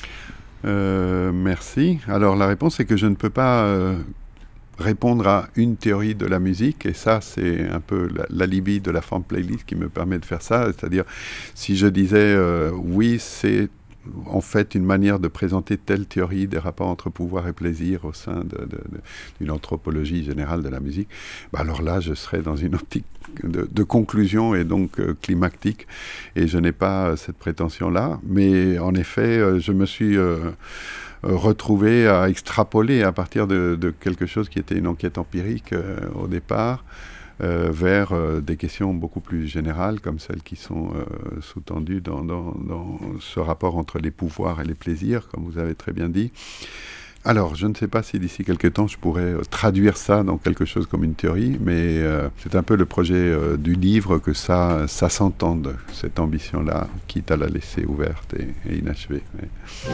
Merci. Alors la réponse est que je ne peux pas répondre à une théorie de la musique, et ça c'est un peu l'alibi de la forme playlist qui me permet de faire ça. C'est-à-dire, si je disais oui, c'est en fait une manière de présenter telle théorie des rapports entre pouvoir et plaisir au sein d'une anthropologie générale de la musique, alors là je serais dans une optique de conclusion et donc climactique, et je n'ai pas cette prétention-là, mais en effet je me suis retrouvé à extrapoler à partir de quelque chose qui était une enquête empirique au départ, vers des questions beaucoup plus générales, comme celles qui sont sous-tendues dans ce rapport entre les pouvoirs et les plaisirs, comme vous avez très bien dit. Alors, je ne sais pas si d'ici quelques temps, je pourrais traduire ça dans quelque chose comme une théorie, mais c'est un peu le projet du livre que ça s'entende, cette ambition-là, quitte à la laisser ouverte et inachevée. Ouais.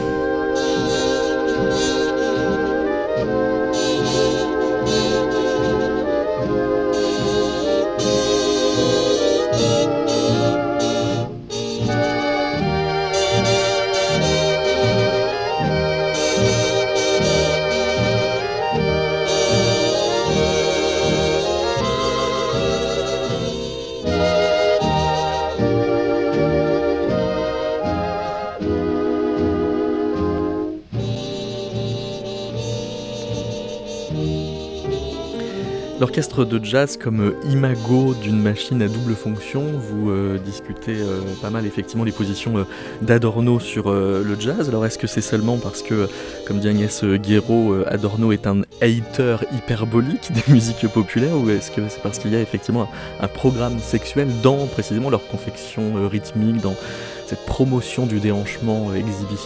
L'orchestre de jazz comme imago d'une machine à double fonction, vous discutez pas mal effectivement les positions d'Adorno sur le jazz. Alors est-ce que c'est seulement parce que, comme dit Agnès Guéraud, Adorno est un hater hyperbolique des musiques populaires, ou est-ce que c'est parce qu'il y a effectivement un programme sexuel dans précisément leur confection rythmique, dans cette promotion du déhanchement exhibitionniste ?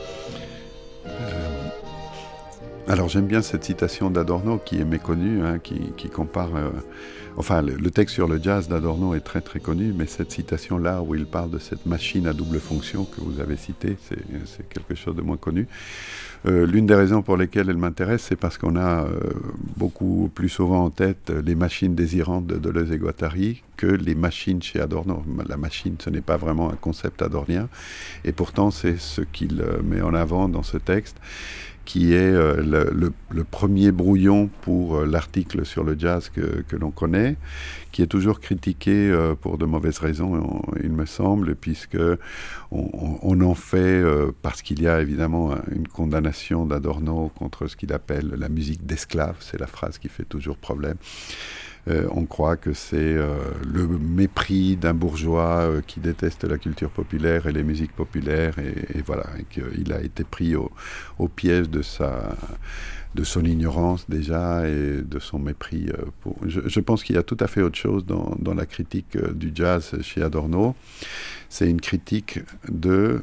Alors j'aime bien cette citation d'Adorno qui est méconnue, qui compare... le texte sur le jazz d'Adorno est très très connu, mais cette citation-là où il parle de cette machine à double fonction que vous avez citée, c'est quelque chose de moins connu. L'une des raisons pour lesquelles elle m'intéresse, c'est parce qu'on a beaucoup plus souvent en tête les machines désirantes de Deleuze et Guattari que les machines chez Adorno. La machine, ce n'est pas vraiment un concept adornien, et pourtant c'est ce qu'il met en avant dans ce texte, qui est le premier brouillon pour l'article sur le jazz que l'on connaît, qui est toujours critiqué pour de mauvaises raisons, il me semble, puisque on en fait, parce qu'il y a évidemment une condamnation d'Adorno contre ce qu'il appelle la musique d'esclaves, c'est la phrase qui fait toujours problème. On croit que c'est le mépris d'un bourgeois qui déteste la culture populaire et les musiques populaires, et voilà, et qu'il a été pris au piège de son ignorance déjà et de son mépris. Je pense qu'il y a tout à fait autre chose dans la critique du jazz chez Adorno. C'est une critique de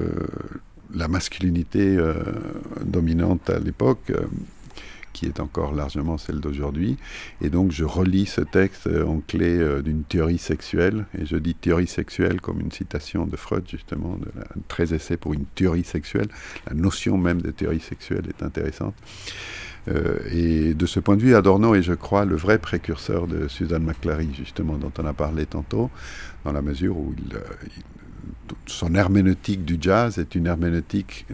la masculinité dominante à l'époque, qui est encore largement celle d'aujourd'hui. Et donc je relis ce texte en clé d'une théorie sexuelle, et je dis théorie sexuelle comme une citation de Freud, justement, de la 13 essais pour une théorie sexuelle. La notion même de théorie sexuelle est intéressante. Et de ce point de vue, Adorno est, je crois, le vrai précurseur de Susan McClary, justement, dont on a parlé tantôt, dans la mesure où son herméneutique du jazz est une herméneutique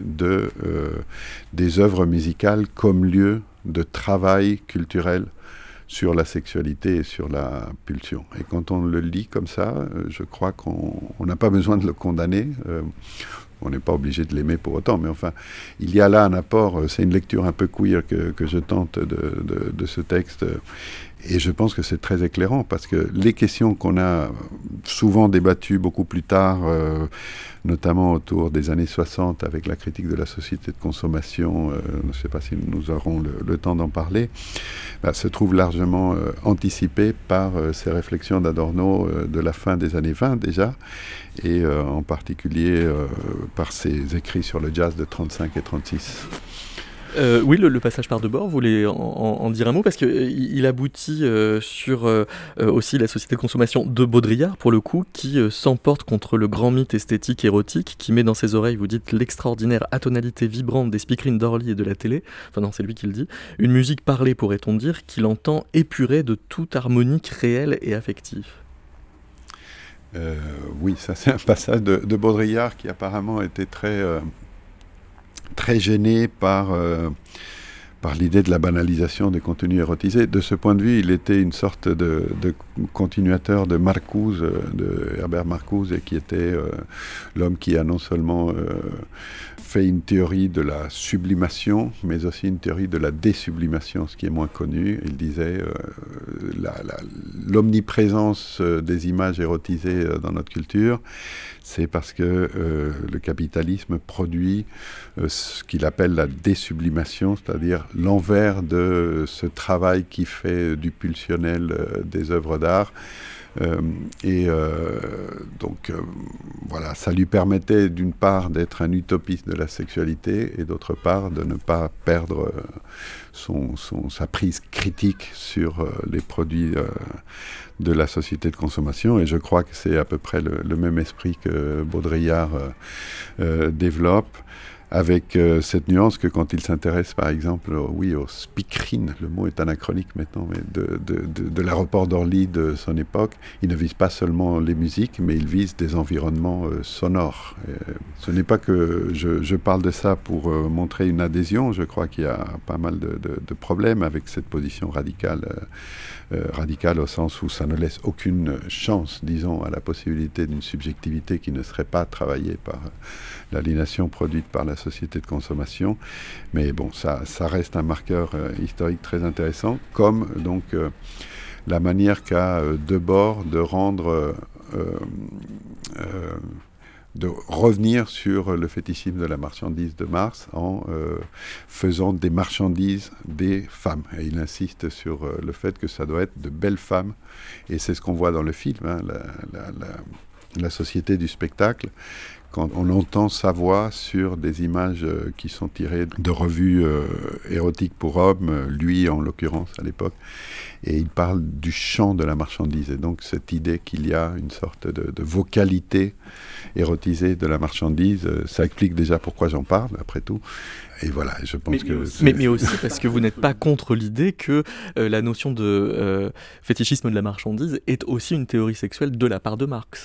des œuvres musicales comme lieu de travail culturel sur la sexualité et sur la pulsion. Et quand on le lit comme ça, je crois qu'on n'a pas besoin de le condamner. On n'est pas obligé de l'aimer pour autant, mais enfin, il y a là un apport. C'est une lecture un peu queer que je tente de ce texte. Et je pense que c'est très éclairant, parce que les questions qu'on a souvent débattues beaucoup plus tard, notamment autour des années 60, avec la critique de la société de consommation, je ne sais pas si nous aurons le temps d'en parler, se trouvent largement anticipées par ces réflexions d'Adorno de la fin des années 20 déjà, et en particulier par ses écrits sur le jazz de 35 et 36. Oui, le passage par Debord, vous voulez en dire un mot, parce qu'il aboutit sur aussi la société de consommation de Baudrillard, pour le coup, qui s'emporte contre le grand mythe esthétique érotique, qui met dans ses oreilles, vous dites, l'extraordinaire atonalité vibrante des speakerines d'Orly et de la télé, enfin non, c'est lui qui le dit, une musique parlée, pourrait-on dire, qu'il entend épurée de toute harmonique réelle et affective. Oui, ça c'est un passage de Baudrillard qui apparemment était très gêné par l'idée de la banalisation des contenus érotisés. De ce point de vue, il était une sorte de continuateur de Marcuse, de Herbert Marcuse, et qui était l'homme qui a non seulement fait une théorie de la sublimation, mais aussi une théorie de la désublimation, ce qui est moins connu. Il disait l'omniprésence des images érotisées dans notre culture, c'est parce que le capitalisme produit ce qu'il appelle la désublimation, c'est-à-dire l'envers de ce travail qui fait du pulsionnel des œuvres d'art. Donc voilà, ça lui permettait d'une part d'être un utopiste de la sexualité, et d'autre part de ne pas perdre sa prise critique sur les produits de la société de consommation. Et je crois que c'est à peu près le même esprit que Baudrillard développe, avec cette nuance que quand il s'intéresse par exemple aux speakerines, le mot est anachronique maintenant, mais de l'aéroport d'Orly de son époque, il ne vise pas seulement les musiques, mais il vise des environnements sonores. Ce n'est pas que je parle de ça pour montrer une adhésion, je crois qu'il y a pas mal de problèmes avec cette position radicale au sens où ça ne laisse aucune chance, disons, à la possibilité d'une subjectivité qui ne serait pas travaillée par l'aliénation produite par la société de consommation. Mais bon, ça reste un marqueur historique très intéressant, comme donc la manière qu'a Debord de revenir sur le fétichisme de la marchandise de Marx en faisant des marchandises des femmes. Et il insiste sur le fait que ça doit être de belles femmes. Et c'est ce qu'on voit dans le film, hein, la société du spectacle, quand on entend sa voix sur des images qui sont tirées de revues érotiques pour hommes, lui en l'occurrence à l'époque, et il parle du chant de la marchandise. Et donc cette idée qu'il y a une sorte de vocalité érotisée de la marchandise, ça explique déjà pourquoi j'en parle, après tout. Et voilà, je pense mais aussi parce que vous n'êtes pas contre l'idée que la notion de fétichisme de la marchandise est aussi une théorie sexuelle de la part de Marx.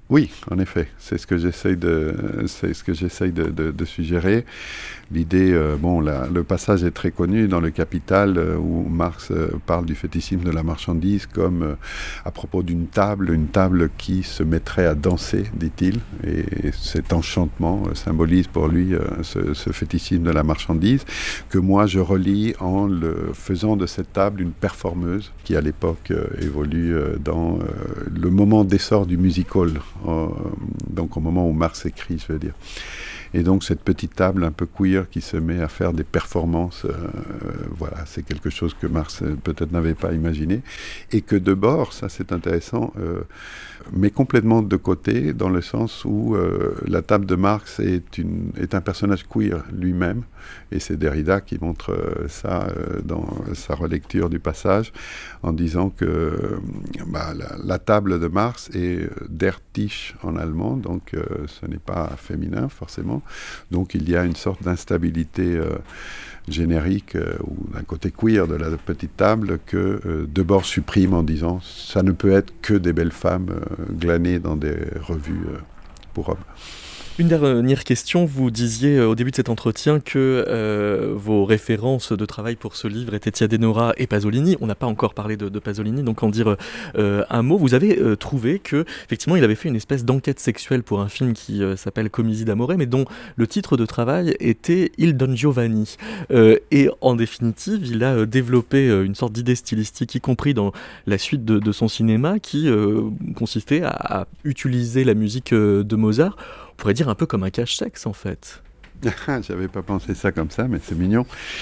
Oui, en effet, c'est ce que j'essaye de suggérer. L'idée, le passage est très connu dans le Capital où Marx parle du fétichisme de la marchandise comme à propos d'une table, une table qui se mettrait à danser, dit-il, et cet enchantement symbolise pour lui ce fétichisme de la marchandise que moi je relie en le faisant de cette table une performeuse qui à l'époque évolue dans le moment d'essor du music hall. Donc au moment où Marx écrit, je veux dire. Et donc cette petite table un peu queer qui se met à faire des performances, voilà, c'est quelque chose que Marx peut-être n'avait pas imaginé. Et que Debord, ça c'est intéressant, met complètement de côté dans le sens où la table de Marx est un personnage queer lui-même. Et c'est Derrida qui montre ça dans sa relecture du passage en disant que la table de Marx est der Tisch en allemand, donc ce n'est pas féminin forcément. Donc il y a une sorte d'instabilité générique ou d'un côté queer de la petite table que Debord supprime en disant ça ne peut être que des belles femmes glanées dans des revues pour hommes. Une dernière question, vous disiez au début de cet entretien que vos références de travail pour ce livre étaient Tiadenora et Pasolini. On n'a pas encore parlé de Pasolini, donc en dire un mot. Vous avez trouvé que, effectivement, il avait fait une espèce d'enquête sexuelle pour un film qui s'appelle Commisi d'amore, mais dont le titre de travail était Il Don Giovanni. Et en définitive, il a développé une sorte d'idée stylistique, y compris dans la suite de son cinéma, qui consistait à utiliser la musique de Mozart. On pourrait dire un peu comme un cache-sexe, en fait. J'avais pas pensé ça comme ça, mais c'est mignon.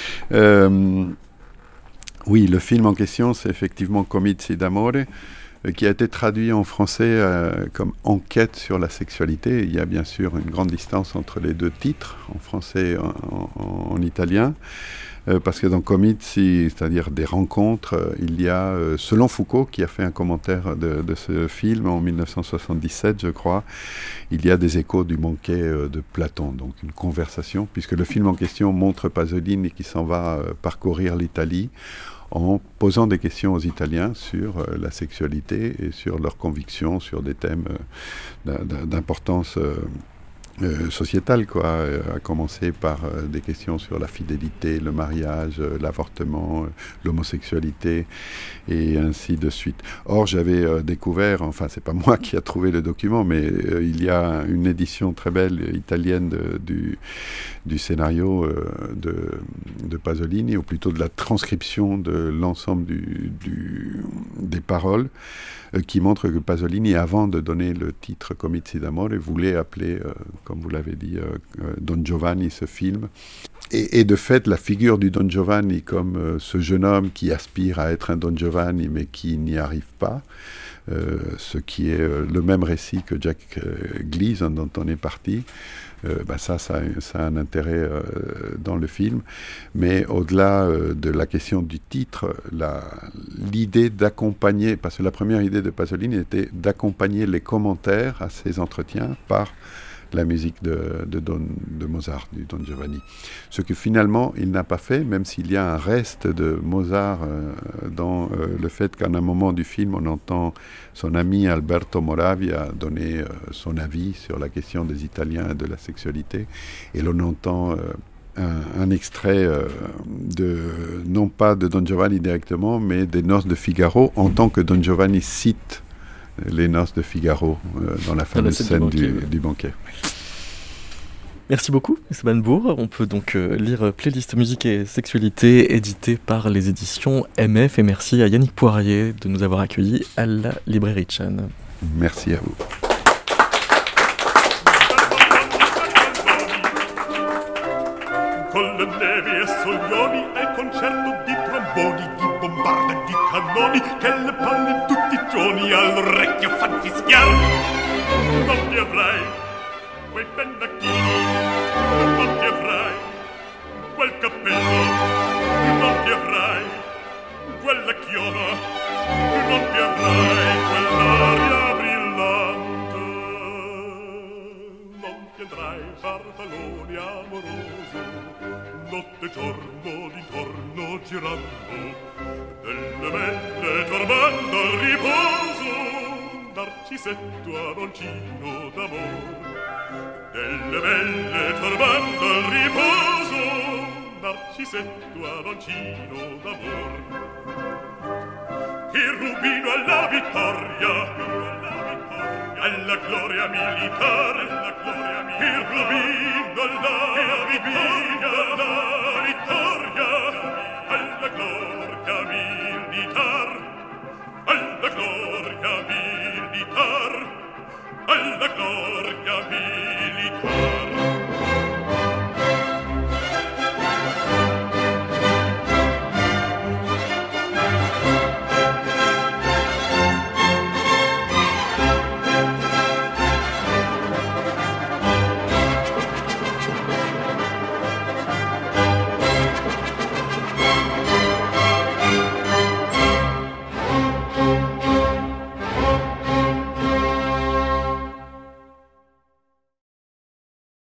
Oui, le film en question, c'est effectivement Comizi d'amore, qui a été traduit en français comme Enquête sur la sexualité. Il y a bien sûr une grande distance entre les deux titres, en français et en italien. Parce que dans Comizi, c'est-à-dire des rencontres, il y a, selon Foucault, qui a fait un commentaire de ce film en 1977, je crois, il y a des échos du banquet de Platon, donc une conversation, puisque le film en question montre Pasolini qui s'en va parcourir l'Italie en posant des questions aux Italiens sur la sexualité et sur leurs convictions, sur des thèmes d'importance sociétale, quoi, à commencer par des questions sur la fidélité, le mariage, l'avortement, l'homosexualité et ainsi de suite. Or, j'avais découvert, enfin c'est pas moi qui a trouvé le document, mais il y a une édition très belle italienne du scénario de Pasolini, ou plutôt de la transcription de l'ensemble des paroles, qui montre que Pasolini, avant de donner le titre Comizi d'amore, voulait appeler, comme vous l'avez dit, Don Giovanni, ce film. Et de fait, la figure du Don Giovanni comme ce jeune homme qui aspire à être un Don Giovanni, mais qui n'y arrive pas, ce qui est le même récit que Jack Gleason dont on est parti, ça a un intérêt dans le film. Mais au-delà de la question du titre, l'idée d'accompagner, parce que la première idée de Pasolini était d'accompagner les commentaires à ces entretiens par la musique de Mozart, du Don Giovanni. Ce que finalement il n'a pas fait, même s'il y a un reste de Mozart dans le fait qu'à un moment du film on entend son ami Alberto Moravia donner son avis sur la question des Italiens et de la sexualité, et l'on entend un extrait non pas de Don Giovanni directement, mais des Noces de Figaro, en tant que Don Giovanni cite les Noces de Figaro dans la fameuse scène du banquet. Merci beaucoup, Esteban Bourg. On peut donc lire Playlist musique et sexualité, édité par les éditions MF. Et merci à Yannick Poirier de nous avoir accueillis à la librairie Chan. Merci à vous. Con le nevi e soglioni e il concerto di tromboni, di bombarde e di cannoni, che le palle in tutti i toni all'orecchio fan fischiar. Non ti avrai quei pennacchini, non ti avrai quel cappello, non ti avrai quella chioma, non ti avrai quell'aria brillante, non ti andrai farfallone amoroso, notte e giorno d'intorno girando, delle belle turbando al riposo, Narcisetto aroncino d'amor, delle belle turbando il riposo, Narcisetto aroncino d'amor. Il rubino alla vittoria, alla gloria militare, il rubino alla vittoria, alla gloria militare, alla gloria militare, alla gloria militare.